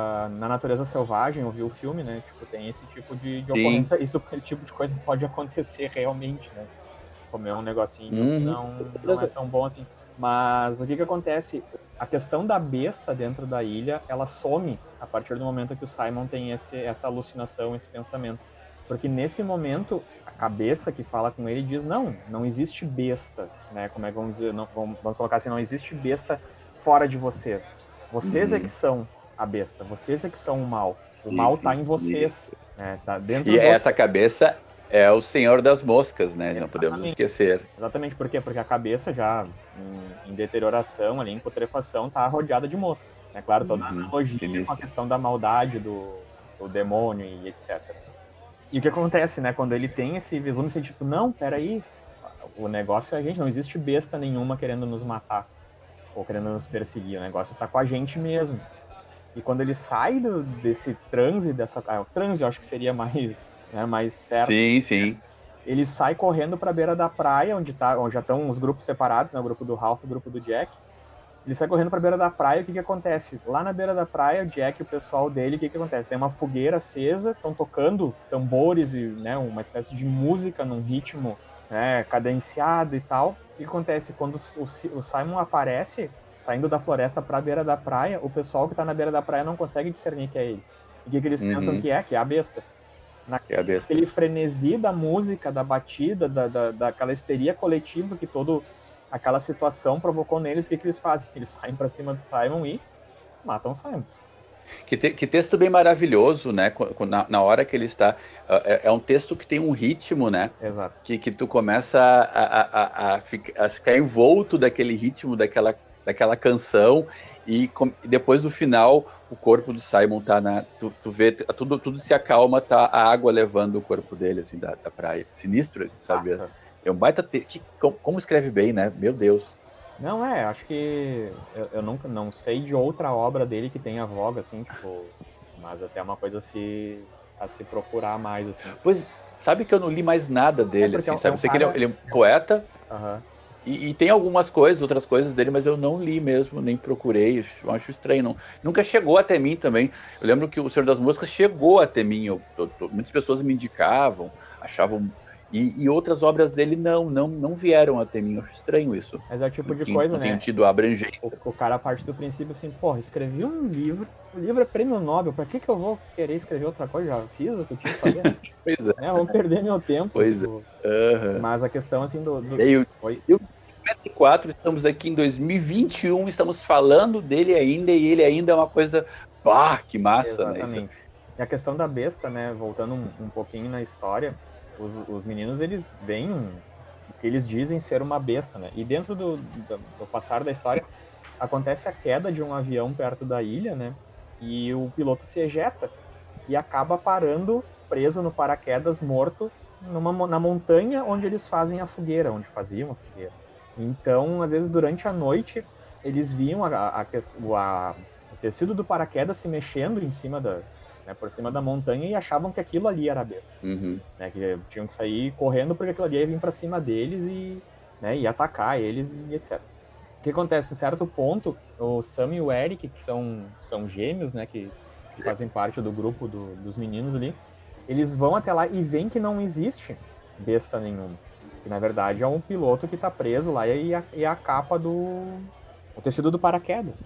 Na Natureza Selvagem, ou viu o filme, né, tipo, tem esse tipo de, de ocorrência, isso, esse tipo de coisa pode acontecer realmente, né, comer um negocinho Uhum. que não, não é tão bom assim. Mas o que que acontece? A questão da besta dentro da ilha, ela some a partir do momento que o Simon tem esse, essa alucinação, esse pensamento. Porque nesse momento, a cabeça que fala com ele diz, não, não existe besta, né? Como é que vamos dizer? Não, vamos, vamos colocar assim, não existe besta fora de vocês. Vocês Uhum. é que são a besta, vocês é que são o mal. O mal está em vocês, né? Tá dentro E do... essa cabeça é o Senhor das Moscas, né? Não podemos esquecer. Exatamente, por quê? Porque a cabeça já em, em deterioração, ali, em putrefação, está rodeada de moscas. É claro, toda a analogia Uhum. com a questão da maldade do, do demônio e etcétera. E o que acontece, né? Quando ele tem esse vislumbre, você tipo, não, peraí, o negócio é a gente, não existe besta nenhuma querendo nos matar ou querendo nos perseguir, o negócio está com a gente mesmo. E quando ele sai do, desse transe, dessa, ah, o transe eu acho que seria mais, né, mais certo. Sim, sim. Ele sai correndo para a beira da praia, onde, tá, onde já estão os grupos separados, né, o grupo do Ralph e o grupo do Jack. Ele sai correndo para a beira da praia, o que que acontece? Lá na beira da praia, o Jack e o pessoal dele, o que que acontece? Tem uma fogueira acesa, estão tocando tambores e, né, uma espécie de música num ritmo, né, cadenciado e tal. O que acontece? Quando o, o Simon aparece, saindo da floresta para a beira da praia, o pessoal que está na beira da praia não consegue discernir que é ele. E o que que eles uhum. pensam que é? Que é a besta. Naquele frenesi da música, da batida, da, da, daquela histeria coletiva que todo... aquela situação provocou neles, o que, que eles fazem? Eles saem para cima do Simon e matam o Simon. Que, te, que texto bem maravilhoso, né? Na, na hora que ele está... É, é um texto que tem um ritmo, né? Exato. Que, que tu começa a, a, a, a, ficar, a ficar envolto daquele ritmo, daquela, daquela canção, e com, depois do final, o corpo do Simon tá na... Tu, tu vê, tudo, tudo se acalma, tá a água levando o corpo dele, assim, da, da praia. Sinistro, sabe? Ah, tá. É um baita texto. Como escreve bem, né? Meu Deus. Não, é, acho que eu, eu nunca não sei de outra obra dele que tenha voga, assim, tipo, mas até uma coisa a se, a se procurar mais, assim. Pois, sabe que eu não li mais nada dele, é assim, é um, sabe? É um eu sei cara... que ele é, ele é um poeta, uhum. e, e tem algumas coisas, outras coisas dele, mas eu não li mesmo, nem procurei, eu acho estranho, não. Nunca chegou até mim também. Eu lembro que o Senhor das Moscas chegou até mim, eu, eu, eu, muitas pessoas me indicavam, achavam... E, e outras obras dele não, não, não vieram até mim. Eu acho estranho isso. Mas é o tipo de não, coisa, não né? Não tem tido abrangência. O, o cara parte do princípio assim, porra, escrevi um livro, o livro é prêmio Nobel, pra que que eu vou querer escrever outra coisa? Já fiz o que eu tinha que fazer. Pois é. Né? Vamos perder meu tempo. Pois tipo... é. Uhum. Mas a questão, assim, do... do... Eu, eu, cinquenta e quatro, estamos aqui em dois mil e vinte e um, estamos falando dele ainda, e ele ainda é uma coisa... Pá, que massa, exatamente. Né? Isso. E a questão da besta, né, voltando um, um pouquinho na história... Os, os meninos, eles veem o que eles dizem ser uma besta, né? E dentro do, do, do passar da história, acontece a queda de um avião perto da ilha, né? E o piloto se ejeta e acaba parando, preso no paraquedas, morto, numa, na montanha onde eles fazem a fogueira, onde faziam a fogueira. Então, às vezes, durante a noite, eles viam a, a, a, a, o tecido do paraquedas se mexendo em cima da... Né, por cima da montanha e achavam que aquilo ali era a besta. Uhum. Né, que tinham que sair correndo porque aquilo ali ia vir para cima deles e, né, ia atacar eles e etcétera. O que acontece? Em certo ponto, o Sam e o Eric, que são, são gêmeos, né, que, que fazem parte do grupo do, dos meninos ali, eles vão até lá e veem que não existe besta nenhuma. Que na verdade é um piloto que está preso lá e a, e a capa do... o tecido do paraquedas.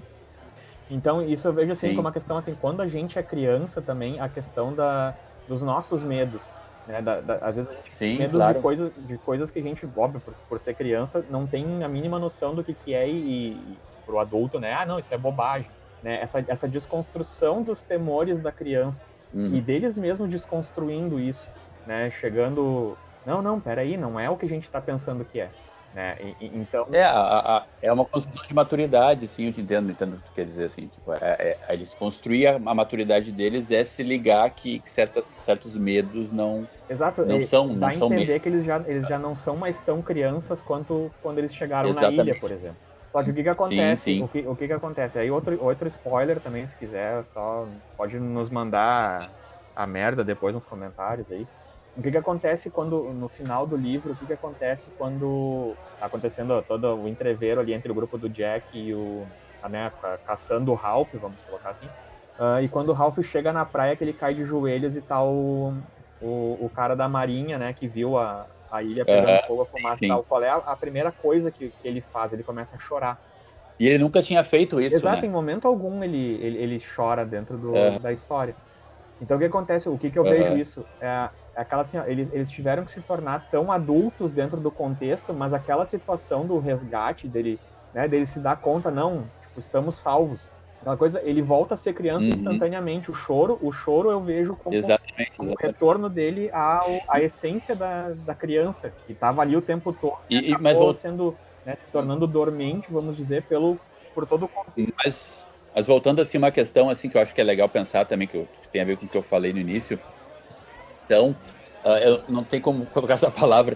Então, isso eu vejo assim Sim. como uma questão, assim, quando a gente é criança também, a questão da, dos nossos medos, né? Da, da, às vezes a gente Sim, tem medos claro. de, coisa, de coisas que a gente, óbvio, por, por ser criança, não tem a mínima noção do que, que é e, e pro adulto, né? Ah, não, isso é bobagem. Né? Essa, essa desconstrução dos temores da criança uhum. e deles mesmos desconstruindo isso, né? Chegando, não, não, peraí, não é o que a gente está pensando que é. Né? E, então... É, a, a, é uma construção de maturidade, sim, eu te entendo, entendo o que tu quer dizer, assim, tipo, é, é, eles construir a, a maturidade deles é se ligar que, que certas, certos medos não, Exato. não e são dá não são entender medos. que eles já, eles já não são mais tão crianças quanto quando eles chegaram Exatamente. na ilha, por exemplo. Só que o que que acontece? Sim, sim. O, que, o que que acontece? Aí outro, outro spoiler também, se quiser, só pode nos mandar a merda depois nos comentários aí. O que que acontece quando, no final do livro, o que que acontece quando tá acontecendo todo o entrevero ali entre o grupo do Jack e o, né, caçando o Ralph, vamos colocar assim. Uh, e quando o Ralph chega na praia, que ele cai de joelhos e tá o, o, o cara da marinha, né, que viu a, a ilha pegando Aham, fogo, a fumaça e sim. tal. Qual é a, a primeira coisa que, que ele faz? Ele começa a chorar. E ele nunca tinha feito isso, Exato, né? em momento algum ele, ele, ele chora dentro do, Aham, da história. Então o que acontece? O que, que eu aham. vejo isso? É, é aquela assim, ó, eles, eles tiveram que se tornar tão adultos dentro do contexto, mas aquela situação do resgate dele, né, dele se dar conta, não, tipo, estamos salvos. Aquela coisa, ele volta a ser criança Uhum. instantaneamente. O choro, o choro eu vejo como, Exatamente, como o exatamente. retorno dele à, à essência da, da criança, que estava ali o tempo todo, E, e e, mas, acabou vol- sendo, né, se tornando dormente, vamos dizer, pelo, por todo o contexto. mas, mas voltando assim, uma questão assim que eu acho que é legal pensar também, que, eu- que tem a ver com o que eu falei no início. Então, ah, eu não tem como colocar essa palavra,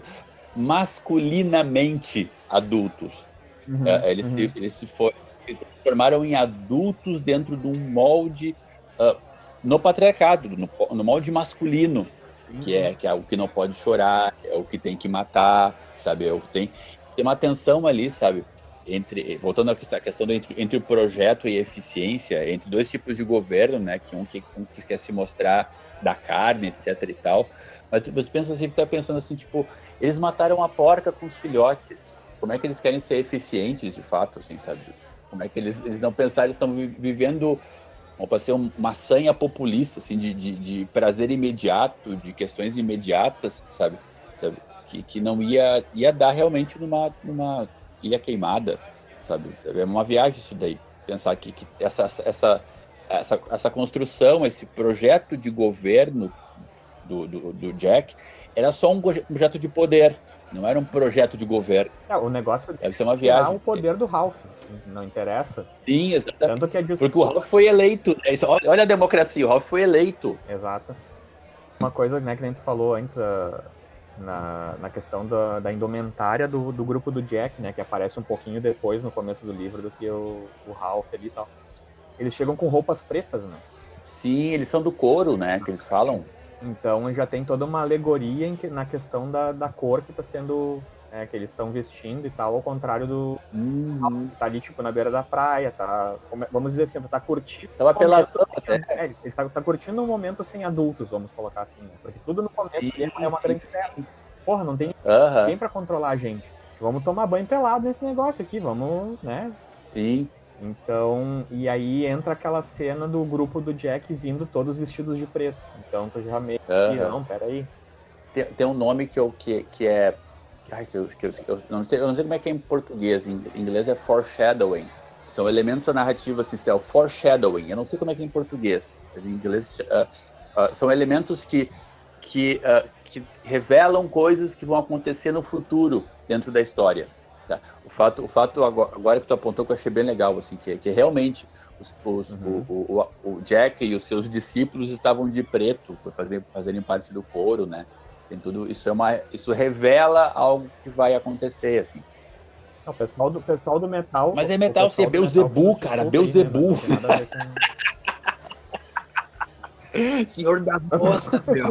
masculinamente adultos. Uhum, Ah, eles se, uhum. eles se for- se transformaram em adultos dentro de um molde ah, no patriarcado, no, no molde masculino, Sim, que sim. é, que é o que não pode chorar, é o que tem que matar, sabe? É o que tem, tem uma tensão ali, sabe? Entre, voltando à questão do, entre, entre o projeto e a eficiência, entre dois tipos de governo, né? Que um que, um que quer se mostrar da carne, etc e tal. Mas tu- você pensa assim, tá pensando assim, tipo, eles mataram a porca com os filhotes. Como é que eles querem ser eficientes de fato, assim, sabe? Como é que eles, eles não pensaram, eles estão vivendo para ser uma sanha populista, assim, de, de, de prazer imediato, de questões imediatas, sabe? sabe? Que, que não ia, ia dar realmente numa, numa ilha queimada, sabe? É uma viagem isso daí. Pensar que, que essa, essa, essa, essa construção, esse projeto de governo do, do, do Jack, era só um projeto de poder, não era um projeto de governo. É, o negócio Deve ser uma é tirar o viagem. poder do Ralph. Não interessa. Sim, exatamente. Tanto que a Porque o disputa. Ralph foi eleito. É isso. Olha, olha a democracia, o Ralph foi eleito. Exato. Uma coisa, né, que a gente falou antes, uh, na, na questão da, da indumentária do, do grupo do Jack, né, que aparece um pouquinho depois no começo do livro do que o, o Ralph ali e tal. Eles chegam com roupas pretas, né? Sim, eles são do couro, né? Que eles falam. Então já tem toda uma alegoria em que, na questão da, da cor que está sendo. É, que eles estão vestindo e tal, ao contrário do. Uhum. Tá ali, tipo, na beira da praia, tá. Vamos dizer assim, tá curtindo. Tava um momento, peladão até. é, ele tá, tá curtindo um momento sem adultos, vamos colocar assim, né? Porque tudo no começo Sim, ali é uma sim, grande festa. sim. Porra, não tem Aham, ninguém pra controlar a gente. Vamos tomar banho pelado nesse negócio aqui, vamos, né? sim. Então, e aí entra aquela cena do grupo do Jack vindo todos vestidos de preto. Então tu já meio que, Aham. não, peraí. Tem, tem um nome que, eu, que, que é. Ai, que eu, que eu, eu, não sei, eu não sei como é que é em português. Em inglês é foreshadowing. São elementos da narrativa, assim, é o foreshadowing. Eu não sei como é que é em português, mas em inglês uh, uh, são elementos que, que, uh, que revelam coisas que vão acontecer no futuro dentro da história. Tá? O fato, o fato agora, agora que tu apontou, que eu achei bem legal, assim, que, que realmente os, os, Uhum. o, o, o Jack e os seus discípulos estavam de preto, por fazer, fazerem parte do coro, né? Tem tudo, isso, é uma, isso revela algo que vai acontecer, assim. Não, o pessoal do, pessoal do metal. Mas é o metal, pessoal é do metal que Beelzebub, nos cara, desculpe aí, né, mas Beelzebub. não tem nada a ver com. Senhor da bosta, meu.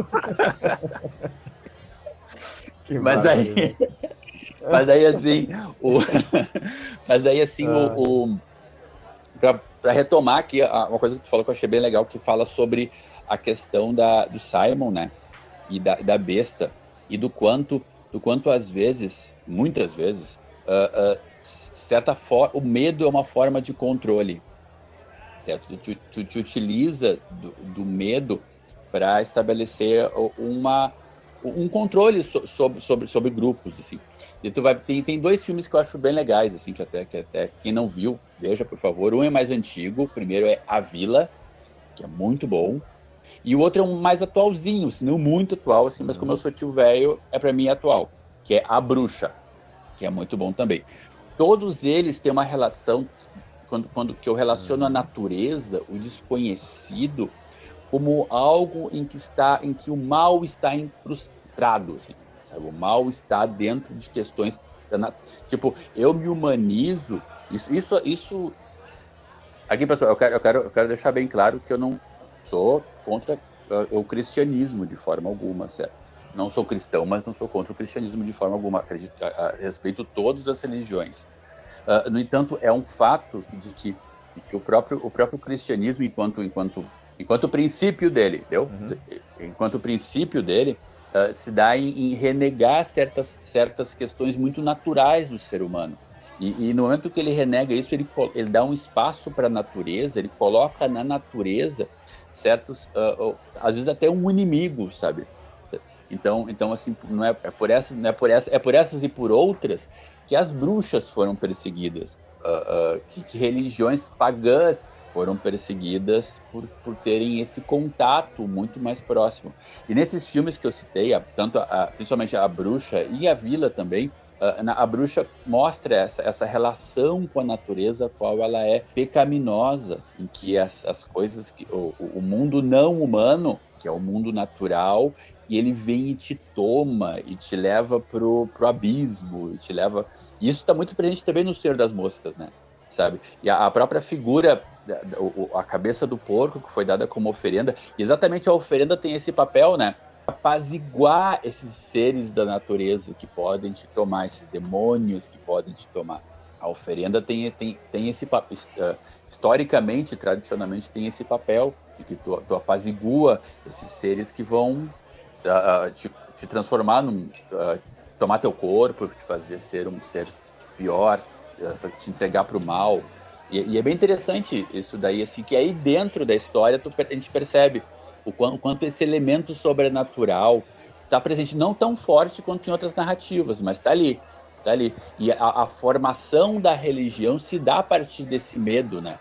Que Mas aí, mas aí assim, o, mas aí assim, o, o para retomar aqui, uma coisa que tu falou que eu achei bem legal, que fala sobre a questão da, do Simon, né, e da, da besta, e do quanto, do quanto às vezes, muitas vezes, uh, uh, certa forma, o medo é uma forma de controle, certo? Tu, tu, tu te utiliza do, do medo para estabelecer uma um controle so, sobre, sobre, sobre grupos, assim. E tu vai, tem, tem dois filmes que eu acho bem legais, assim, que até, que até quem não viu, veja, por favor. Um é mais antigo, o primeiro é A Vila, que é muito bom, e o outro é um mais atualzinho, assim, não muito atual, assim, mas como eu sou tio velho, é para mim atual, que é A Bruxa, que é muito bom também. Todos eles têm uma relação, quando, quando que eu relaciono a natureza, o desconhecido, como algo em que está, em que o mal está incrustado, assim, sabe? O mal está dentro de questões, tipo, eu me humanizo, isso, isso, isso. Aqui, pessoal, eu quero, eu quero, eu quero deixar bem claro que eu não sou contra uh, o cristianismo de forma alguma, certo? não sou cristão, mas não sou contra o cristianismo de forma alguma. Acredito, a, a, respeito todas as religiões. Uh, no entanto, é um fato de que, de que o, próprio, o próprio cristianismo, enquanto, enquanto, enquanto princípio dele, entendeu? Uhum. Enquanto princípio dele, uh, se dá em, em renegar certas, certas questões muito naturais do ser humano. E, e no momento que ele renega isso, ele, ele dá um espaço para a natureza, ele coloca na natureza certos, uh, uh, às vezes até um inimigo, sabe? Então, então assim, não é, é por essas, não é por essas, é por essas e por outras que as bruxas foram perseguidas, uh, uh, que, que religiões pagãs foram perseguidas por, por terem esse contato muito mais próximo. E nesses filmes que eu citei, tanto a, principalmente a Bruxa e a Vila também, uh, na, a Bruxa mostra essa, essa relação com a natureza, qual ela é pecaminosa, em que as, as coisas, que, o, o mundo não humano, que é o mundo natural, e ele vem e te toma, e te leva pro, pro abismo, e te leva... E isso está muito presente também no Senhor das Moscas, né? Sabe? E a, a própria figura, a, a cabeça do porco, que foi dada como oferenda, e exatamente a oferenda tem esse papel, né? Apaziguar esses seres da natureza que podem te tomar, esses demônios que podem te tomar. A oferenda tem, tem, tem esse papel, uh, historicamente, tradicionalmente, tem esse papel, de que tu, tu apazigua esses seres que vão... Uh, te, te transformar, num, uh, tomar teu corpo, te fazer ser um ser pior, uh, te entregar para o mal. E, e é bem interessante isso daí, assim, que aí dentro da história tu, a gente percebe o quanto, o quanto esse elemento sobrenatural está presente, não tão forte quanto em outras narrativas, mas está ali, tá ali. E a, a formação da religião se dá a partir desse medo, né?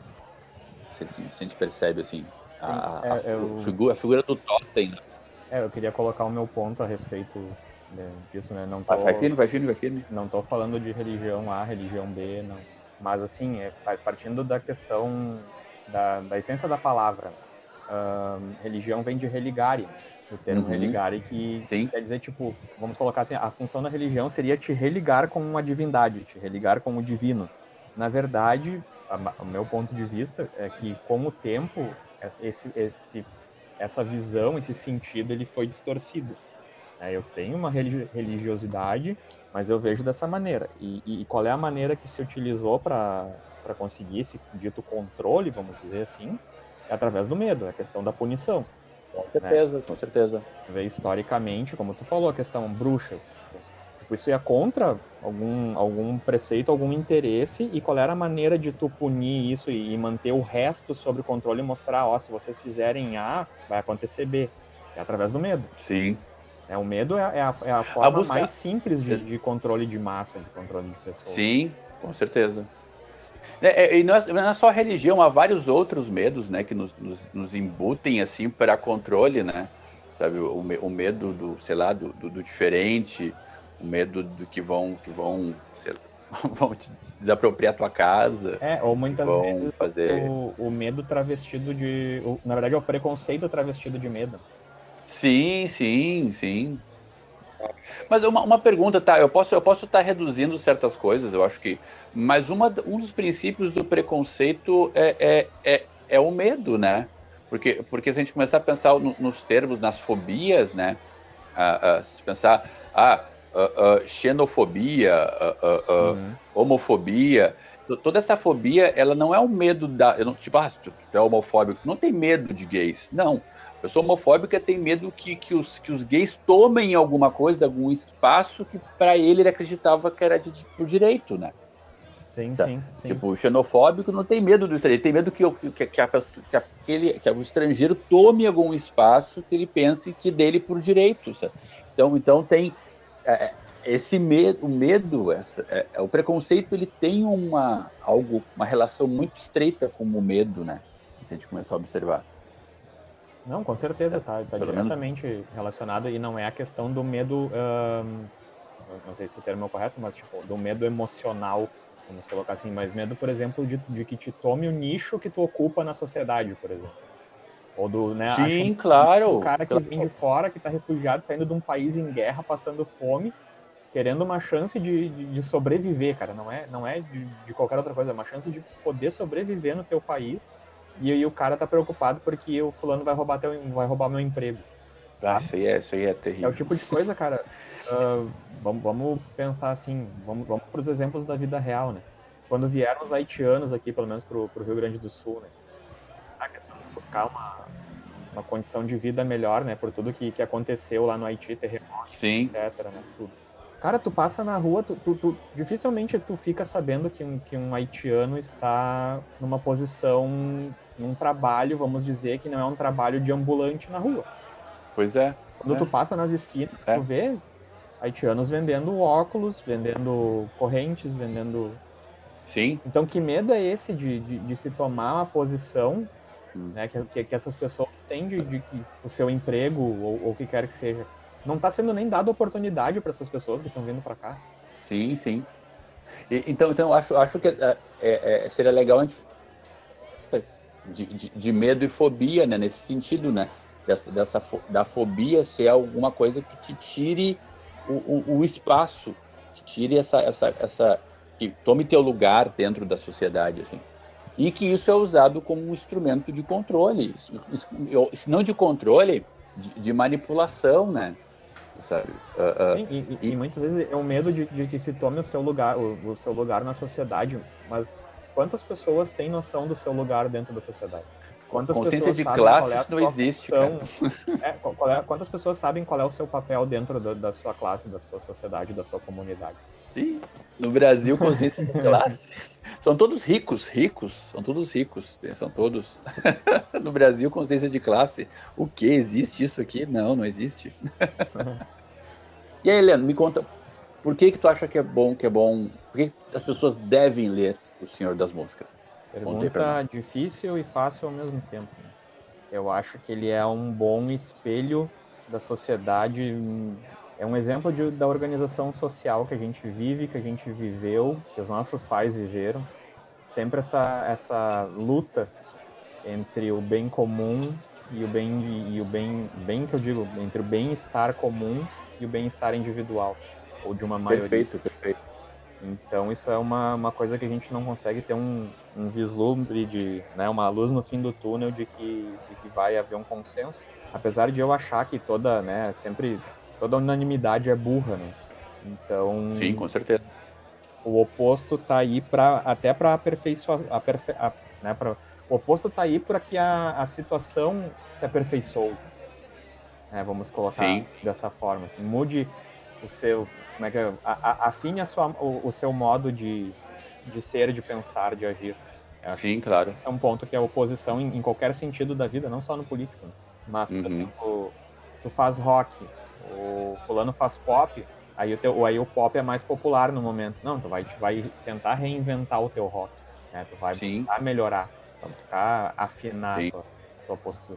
Se, se a gente percebe, assim, Sim, a, é, a, eu... figura, a figura do totem, né? É, eu queria colocar o meu ponto a respeito disso, né? Não tô, ah, vai firme, vai firme, vai firme. Não tô falando de religião A, religião B, não. Mas, assim, é, partindo da questão da, da essência da palavra, uh, religião vem de religare, o termo uhum. religare, que Sim. quer dizer, tipo, vamos colocar assim, a função da religião seria te religar com uma divindade, te religar com o divino. Na verdade, a, o meu ponto de vista é que, com o tempo, esse... esse essa visão, esse sentido, ele foi distorcido. É, eu tenho uma religiosidade, mas eu vejo dessa maneira. E, e qual é a maneira que se utilizou para conseguir esse dito controle, vamos dizer assim? É através do medo, é a questão da punição. Com certeza, né? com certeza. Você vê historicamente, como tu falou, a questão bruxas. Isso ia contra algum, algum preceito, algum interesse, e qual era a maneira de tu punir isso e, e manter o resto sob controle e mostrar, ó, se vocês fizerem A, vai acontecer B. É através do medo. Sim. É, o medo é, é, a, é a forma a busca... mais simples de, de controle de massa, de controle de pessoas. Sim, com certeza. É, e não é, não é só a religião, há vários outros medos, né, que nos, nos, nos embutem, assim, para controle, né? Sabe, o, o medo do, sei lá, do, do, do diferente... o medo do que vão, que vão, sei lá, vão te desapropriar a tua casa. É, ou muitas vão vezes fazer... o, o medo travestido de... O, na verdade, é o preconceito travestido de medo. Sim, sim, sim. Mas uma, uma pergunta, tá? Eu posso eu posso estar reduzindo certas coisas, eu acho que... Mas uma, um dos princípios do preconceito é, é, é, é o medo, né? Porque, porque se a gente começar a pensar no, nos termos, nas fobias, né? Ah, ah, se pensar... Ah, Uh, uh, xenofobia, uh, uh, uh, uhum. homofobia, toda essa fobia, ela não é o medo da... Eu não, tipo, ah, tu é homofóbico, não tem medo de gays, não. A pessoa homofóbica tem medo que, que, os, que os gays tomem alguma coisa, algum espaço que para ele ele acreditava que era de, de, por direito, né? Sim, sim, sim. Tipo, o xenofóbico não tem medo do estrangeiro, ele tem medo que, que, que, a, que, aquele, que o estrangeiro tome algum espaço que ele pense que dele por direito, sabe? Então, então tem... É, esse medo, o medo, essa, é, o preconceito, ele tem uma, algo, uma relação muito estreita com o medo, né? Se a gente começar a observar. Não, com certeza, está tá diretamente menos... relacionado, e não é a questão do medo, hum, não sei se o termo é o correto, mas tipo, do medo emocional, vamos colocar assim, mas medo, por exemplo, de, de que te tome o nicho que tu ocupa na sociedade, por exemplo. Ou do, né, Sim, claro. Um cara que claro. vem de fora, que está refugiado, saindo de um país em guerra, passando fome, querendo uma chance de, de, de sobreviver, cara. Não é, não é de, de qualquer outra coisa, é uma chance de poder sobreviver no teu país. E aí o cara tá preocupado porque o fulano vai roubar, teu, vai roubar meu emprego. Ah, isso aí é, isso aí é É terrível. o tipo de coisa, cara. Uh, vamos, vamos pensar assim, vamos, vamos para os exemplos da vida real, né? Quando vieram os haitianos aqui, pelo menos para o Rio Grande do Sul, né? A questão de buscar uma, uma condição de vida melhor, né? Por tudo que, que aconteceu lá no Haiti, terremoto, Sim. etcétera, né? Tudo. Cara, tu passa na rua, tu, tu, tu, dificilmente tu fica sabendo que um, que um haitiano está numa posição, num trabalho, vamos dizer, que não é um trabalho de ambulante na rua. Pois é. Quando é. tu passa nas esquinas, É. tu vê haitianos vendendo óculos, vendendo correntes, vendendo... Sim. Então, que medo é esse de, de, de se tomar uma posição, hum. né, que, que essas pessoas têm de, de que o seu emprego ou o que quer que seja? Não está sendo nem dada oportunidade para essas pessoas que estão vindo para cá. Sim, sim. E, então, então, eu acho, acho que é, é, seria legal a gente de, de, de medo e fobia, né, nesse sentido, né? Dessa, dessa, da fobia ser alguma coisa que te tire o, o, o espaço, que tire essa, essa, essa, que tome teu lugar dentro da sociedade, assim. E que isso é usado como um instrumento de controle, se não de controle, de, de manipulação, né? Sabe? Uh, uh, Sim, e, e, e muitas vezes é o medo de, de que se tome o seu lugar, o, o seu lugar na sociedade, mas quantas pessoas têm noção do seu lugar dentro da sociedade? Quantas consciência de sabem classes qual é a não sua existe, função, cara. É, qual é, quantas pessoas sabem qual é o seu papel dentro da, da sua classe, da sua sociedade, da sua comunidade? Sim, no Brasil, consciência de classe. São todos ricos, ricos, são todos ricos, são todos. No Brasil, consciência de classe. O que? Existe isso aqui? Não, não existe. E aí, Helena, me conta, por que que tu acha que é bom, que é bom, por que as pessoas devem ler O Senhor das Moscas? Pergunta difícil e fácil ao mesmo tempo. Eu acho que ele é um bom espelho da sociedade, é um exemplo de, da organização social que a gente vive, que a gente viveu, que os nossos pais viveram. Sempre essa, essa luta entre o bem comum e o bem, e o bem, bem que eu digo, entre o bem-estar comum e o bem-estar individual, ou de uma maioria. Perfeito, perfeito. Então isso é uma, uma coisa que a gente não consegue ter um, um vislumbre de, né, uma luz no fim do túnel de que, de que vai haver um consenso. Apesar de eu achar que toda, né, sempre, toda unanimidade é burra, né? Então... Sim, com certeza. O oposto tá aí para até para aperfeiçoar, aperfe, a, né, pra, o oposto tá aí para que a, a situação se aperfeiçoe. É, vamos colocar Sim. dessa forma, assim, mude o seu, como é que é, a, a, afine a sua, o, o seu modo de, de ser, de pensar, de agir. É, Sim, claro. Esse é um ponto que é oposição em, em qualquer sentido da vida, não só no político. Né? Mas, por uhum. exemplo, tu faz rock, o fulano faz pop, aí o, teu, aí o pop é mais popular no momento. Não, tu vai, tu vai tentar reinventar o teu rock, né? Tu vai Sim. buscar melhorar, vai buscar afinar a tua, a tua postura.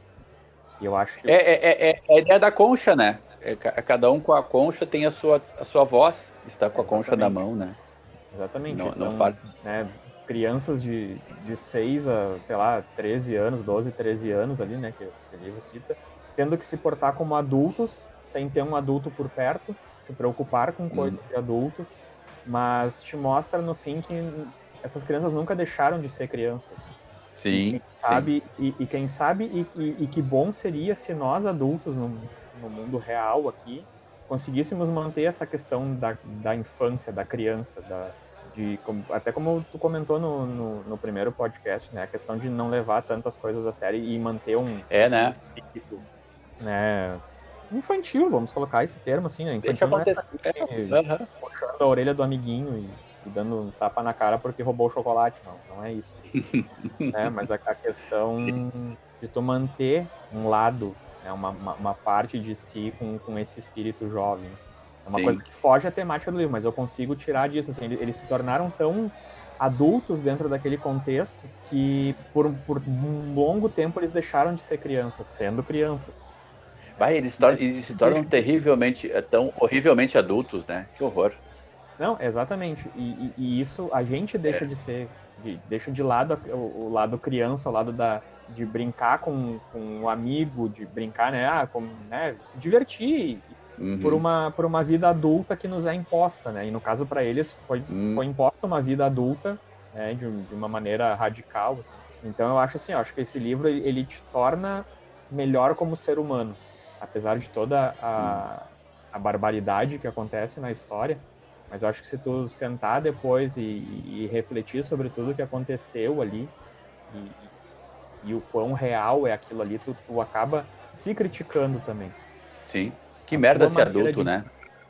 E eu acho que... É, é, é, é a ideia da concha, né? É, cada um com a concha tem a sua, a sua voz, está com a Exatamente. concha na mão, né? Exatamente. Não, São, não para... né, crianças de, de seis a, sei lá, treze anos, doze, treze anos ali, né, que o livro cita, tendo que se portar como adultos, sem ter um adulto por perto, se preocupar com coisas hum. de adulto, mas te mostra no fim que essas crianças nunca deixaram de ser crianças. Sim, e sabe, sim. E, e quem sabe, e, e, e que bom seria se nós adultos, no, no mundo real aqui, conseguíssemos manter essa questão da, da infância, da criança, da, de, até como tu comentou no, no, no primeiro podcast, né, a questão de não levar tantas coisas a sério e manter um, é, né? um espírito, né, infantil, vamos colocar esse termo assim, né? Infantil. Deixa acontecer. Não é uhum. puxando a orelha do amiguinho e, e dando um tapa na cara porque roubou o chocolate, não, não é isso. É, mas a, a questão de tu manter um lado, né, uma, uma, uma parte de si com, com esse espírito jovem. Assim. É uma Sim. coisa que foge à temática do livro, mas eu consigo tirar disso. Assim, eles, eles se tornaram tão adultos dentro daquele contexto que por, por um longo tempo eles deixaram de ser crianças, sendo crianças. Vai, eles, tor- eles se tornam terrivelmente, tão horrivelmente adultos, né? Que horror. Não, exatamente. E, e, e isso a gente deixa é. de ser, de, deixa de lado o, o lado criança, o lado da, de brincar com, com o amigo, de brincar, né? Ah, com, né? Se divertir uhum. por, uma, por uma vida adulta que nos é imposta, né? E no caso para eles foi, uhum. foi imposta uma vida adulta, né? De, de uma maneira radical. Assim. Então eu acho assim, eu acho que esse livro ele te torna melhor como ser humano. apesar de toda a, a barbaridade que acontece na história, mas eu acho que se tu sentar depois e, e refletir sobre tudo que aconteceu ali e, e o quão real é aquilo ali, tu, tu acaba se criticando também. Sim. Que merda ser adulto, de... né?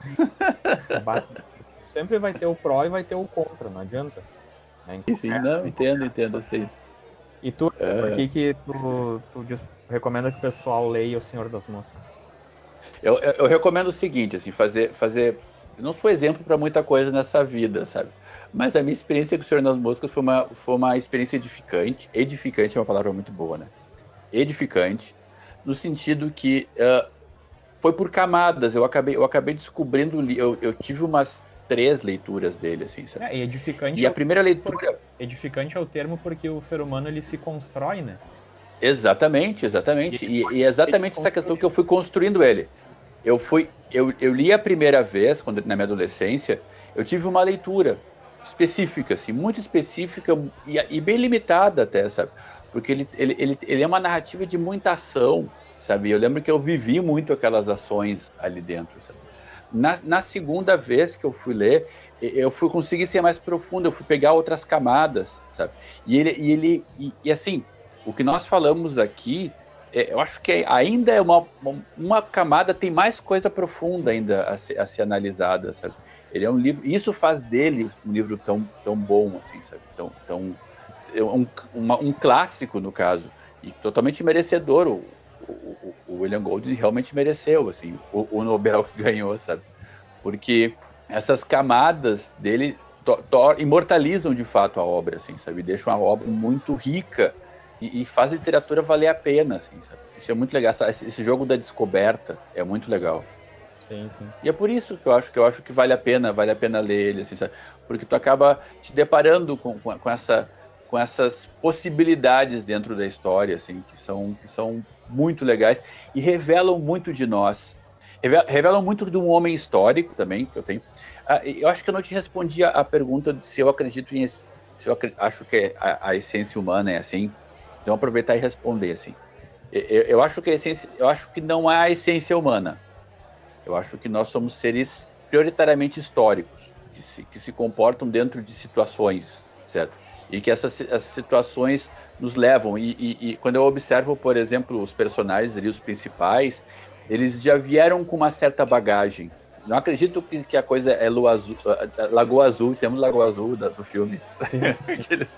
Sempre vai ter o pró e vai ter o contra, não adianta. Né? Sim, não, entendo, entendo, sim. E tu, é... por que que tu, tu diz, recomenda que o pessoal leia O Senhor das Moscas? Eu, eu, eu recomendo o seguinte, assim, fazer... fazer... Eu não sou exemplo para muita coisa nessa vida, sabe? Mas a minha experiência com O Senhor das Moscas foi uma, foi uma experiência edificante. Edificante é uma palavra muito boa, né? Edificante, no sentido que uh, foi por camadas. Eu acabei, eu acabei descobrindo... Eu, eu tive umas três leituras dele, assim, sabe? É, e edificante e é a primeira leitura... Porque, edificante é o termo porque o ser humano, ele se constrói, né? Exatamente, exatamente. E, e é exatamente essa questão que eu fui construindo ele. Eu fui, eu, eu li a primeira vez, quando na minha adolescência, eu tive uma leitura específica, assim, muito específica e, e bem limitada até, sabe? Porque ele, ele, ele, ele é uma narrativa de muita ação, sabe? Eu lembro que eu vivi muito aquelas ações ali dentro, sabe? Na, na segunda vez que eu fui ler, eu fui conseguir ser mais profundo, eu fui pegar outras camadas, sabe? E ele, e, ele e, e assim, o que nós falamos aqui, eu acho que ainda é uma, uma camada, tem mais coisa profunda ainda a ser, a ser analisada, sabe? Ele é um livro, isso faz dele um livro tão, tão bom, assim, sabe? Tão, tão, um, uma, um clássico, no caso, e totalmente merecedor. O, o, o William Golding realmente mereceu, assim, o, o Nobel que ganhou, sabe? Porque essas camadas dele to, to, imortalizam, de fato, a obra, assim, sabe? Deixam a obra muito rica, E, e faz a literatura valer a pena, assim, sabe? Isso é muito legal. Esse, esse jogo da descoberta é muito legal. Sim, sim. E é por isso que eu acho que eu acho que vale a pena, vale a pena ler ele, assim, sabe? Porque tu acaba te deparando com, com, com, essa, com essas possibilidades dentro da história, assim, que são, que são muito legais e revelam muito de nós. Revelam muito de um homem histórico também, que eu tenho. Eu acho que eu não te respondi a pergunta de se eu acredito em... Se eu acho que a, a essência humana é assim. Então, aproveitar e responder, assim. Eu, eu, acho que a essência, eu acho que não há a essência humana. Eu acho que nós somos seres prioritariamente históricos, que se, que se comportam dentro de situações, certo? E que essas, essas situações nos levam. E, e, e quando eu observo, por exemplo, os personagens ali, os principais, eles já vieram com uma certa bagagem. Não acredito que, que a coisa é Lua Azul, Lagoa Azul, temos Lagoa Azul do filme. Sim, sim. que, eles,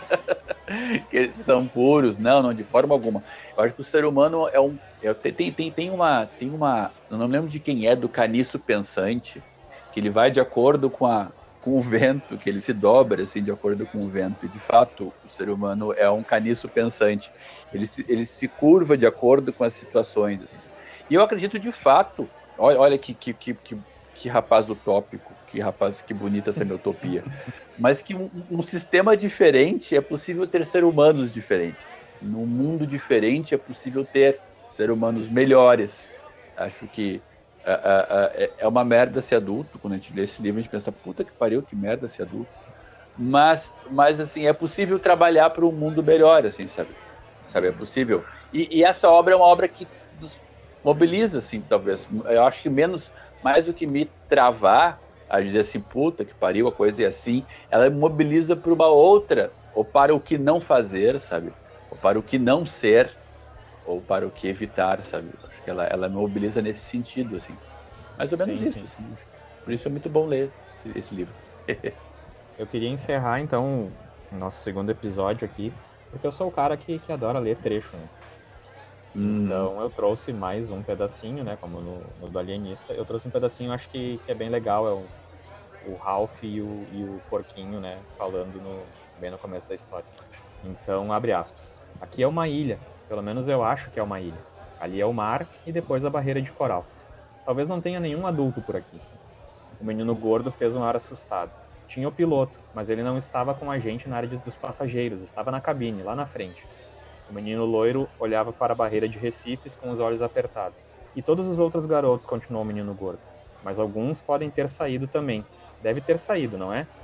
que eles são puros, não, não, de forma alguma. Eu acho que o ser humano é um... É, tem, tem, tem, uma, tem uma... Eu não me lembro de quem é, do caniço pensante, que ele vai de acordo com, a, com o vento, que ele se dobra assim, de acordo com o vento. E, de fato, o ser humano é um caniço pensante. Ele se, ele se curva de acordo com as situações. Assim. E eu acredito, de fato... Olha, olha que, que, que, que, que rapaz utópico, que rapaz, que bonita essa minha utopia. Mas que um, um sistema diferente é possível ter seres humanos diferentes. Num mundo diferente é possível ter seres humanos melhores. Acho que uh, uh, uh, é uma merda ser adulto. Quando a gente lê esse livro, a gente pensa, puta que pariu, que merda ser adulto. Mas, mas assim, é possível trabalhar para um mundo melhor, assim, sabe? Sabe, é possível. E, e essa obra é uma obra que nos mobiliza, assim, talvez. Eu acho que menos, mais do que me travar a dizer assim, puta que pariu, a coisa é assim, ela mobiliza para uma outra, ou para o que não fazer, sabe? Ou para o que não ser, ou para o que evitar, sabe? Acho que ela, ela me mobiliza nesse sentido, assim. Mais ou menos sim, isso. Sim. Assim. Por isso é muito bom ler esse, esse livro. Eu queria encerrar, então, o nosso segundo episódio aqui, porque eu sou o cara que, que adora ler trecho, né? Então eu trouxe mais um pedacinho, né, como no, no do Alienista. Eu trouxe um pedacinho, acho que, que é bem legal, é o, o Ralph e o, e o Porquinho, né, falando no, bem no começo da história. Então, abre aspas. Aqui é uma ilha, pelo menos eu acho que é uma ilha. Ali é o mar e depois a barreira de coral. Talvez não tenha nenhum adulto por aqui. O menino gordo fez um ar assustado. Tinha o piloto, mas ele não estava com a gente na área dos passageiros, estava na cabine, lá na frente. O menino loiro olhava para a barreira de recifes com os olhos apertados. E todos os outros garotos, continuou o menino gordo. Mas alguns podem ter saído também. Deve ter saído, não é?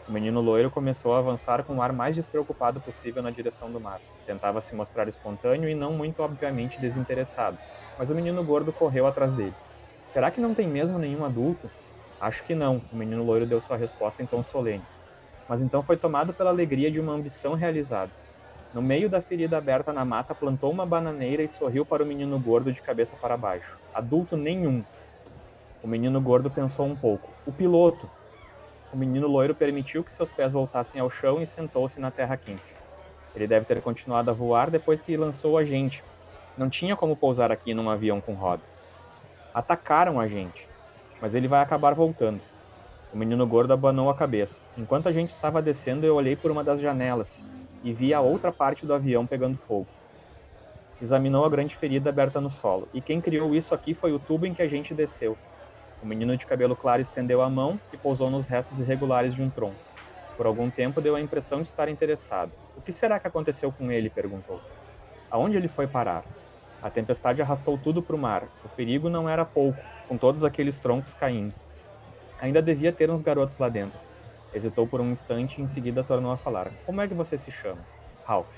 O menino loiro começou a avançar com o ar mais despreocupado possível na direção do mar. Tentava se mostrar espontâneo e não muito obviamente desinteressado, mas o menino gordo correu atrás dele. Será que não tem mesmo nenhum adulto? Acho que não, o menino loiro deu sua resposta em tom solene. Mas então foi tomado pela alegria de uma ambição realizada. No meio da ferida aberta na mata, plantou uma bananeira e sorriu para o menino gordo de cabeça para baixo. Adulto nenhum. O menino gordo pensou um pouco. O piloto. O menino loiro permitiu que seus pés voltassem ao chão e sentou-se na terra quente. Ele deve ter continuado a voar depois que lançou a gente. Não tinha como pousar aqui num avião com rodas. Atacaram a gente, mas ele vai acabar voltando. O menino gordo abanou a cabeça. Enquanto a gente estava descendo, eu olhei por uma das janelas e vi a outra parte do avião pegando fogo. Examinou a grande ferida aberta no solo. E quem criou isso aqui foi o tubo em que a gente desceu. O menino de cabelo claro estendeu a mão e pousou nos restos irregulares de um tronco. Por algum tempo deu a impressão de estar interessado. O que será que aconteceu com ele? Perguntou. Aonde ele foi parar? A tempestade arrastou tudo para o mar. O perigo não era pouco, com todos aqueles troncos caindo. Ainda devia ter uns garotos lá dentro. Hesitou por um instante e em seguida tornou a falar. Como é que você se chama? Ralph.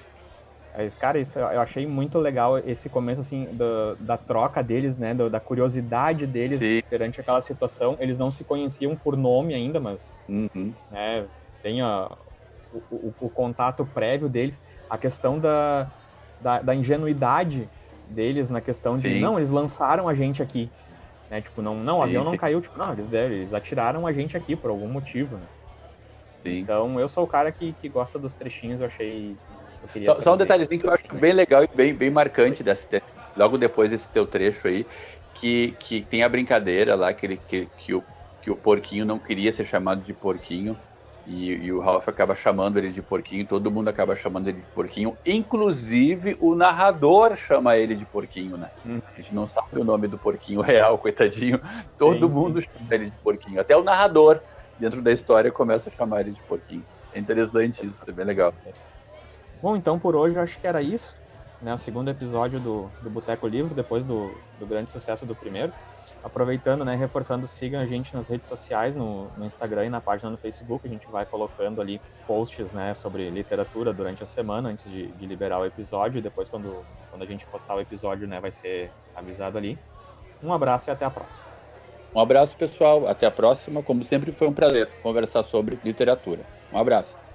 Cara, isso, eu achei muito legal esse começo, assim, do, da troca deles, né, do, da curiosidade deles. Sim. Perante aquela situação. Eles não se conheciam por nome ainda, mas uhum. né, tem a, o, o, o contato prévio deles. A questão da, da, da ingenuidade deles na questão de, sim. não, eles lançaram a gente aqui. Né, tipo, não, não o sim, avião sim. não caiu, tipo, não, eles, eles atiraram a gente aqui por algum motivo, né? Sim. Então, eu sou o cara que, que gosta dos trechinhos, eu achei... Eu só, só um detalhezinho que eu acho bem legal e bem, bem marcante, desse, desse, logo depois desse teu trecho aí, que, que tem a brincadeira lá, que, ele, que, que, o, que o porquinho não queria ser chamado de porquinho, e, e o Ralph acaba chamando ele de porquinho, todo mundo acaba chamando ele de porquinho, inclusive o narrador chama ele de porquinho, né? Hum. A gente não sabe o nome do porquinho real, coitadinho, todo sim, mundo sim. chama ele de porquinho, até o narrador dentro da história começa a chamar ele de porquinho. É interessante isso, é bem legal. Bom, então por hoje eu acho que era isso, né? O segundo episódio do, do Boteco Livro, depois do, do grande sucesso do primeiro. Aproveitando, né, reforçando, sigam a gente nas redes sociais, no, no Instagram e na página no Facebook. A gente vai colocando ali posts, né, sobre literatura durante a semana, antes de, de liberar o episódio. E depois, quando, quando a gente postar o episódio, né, vai ser avisado ali. Um abraço e até a próxima. Um abraço, pessoal. Até a próxima. Como sempre, foi um prazer conversar sobre literatura. Um abraço.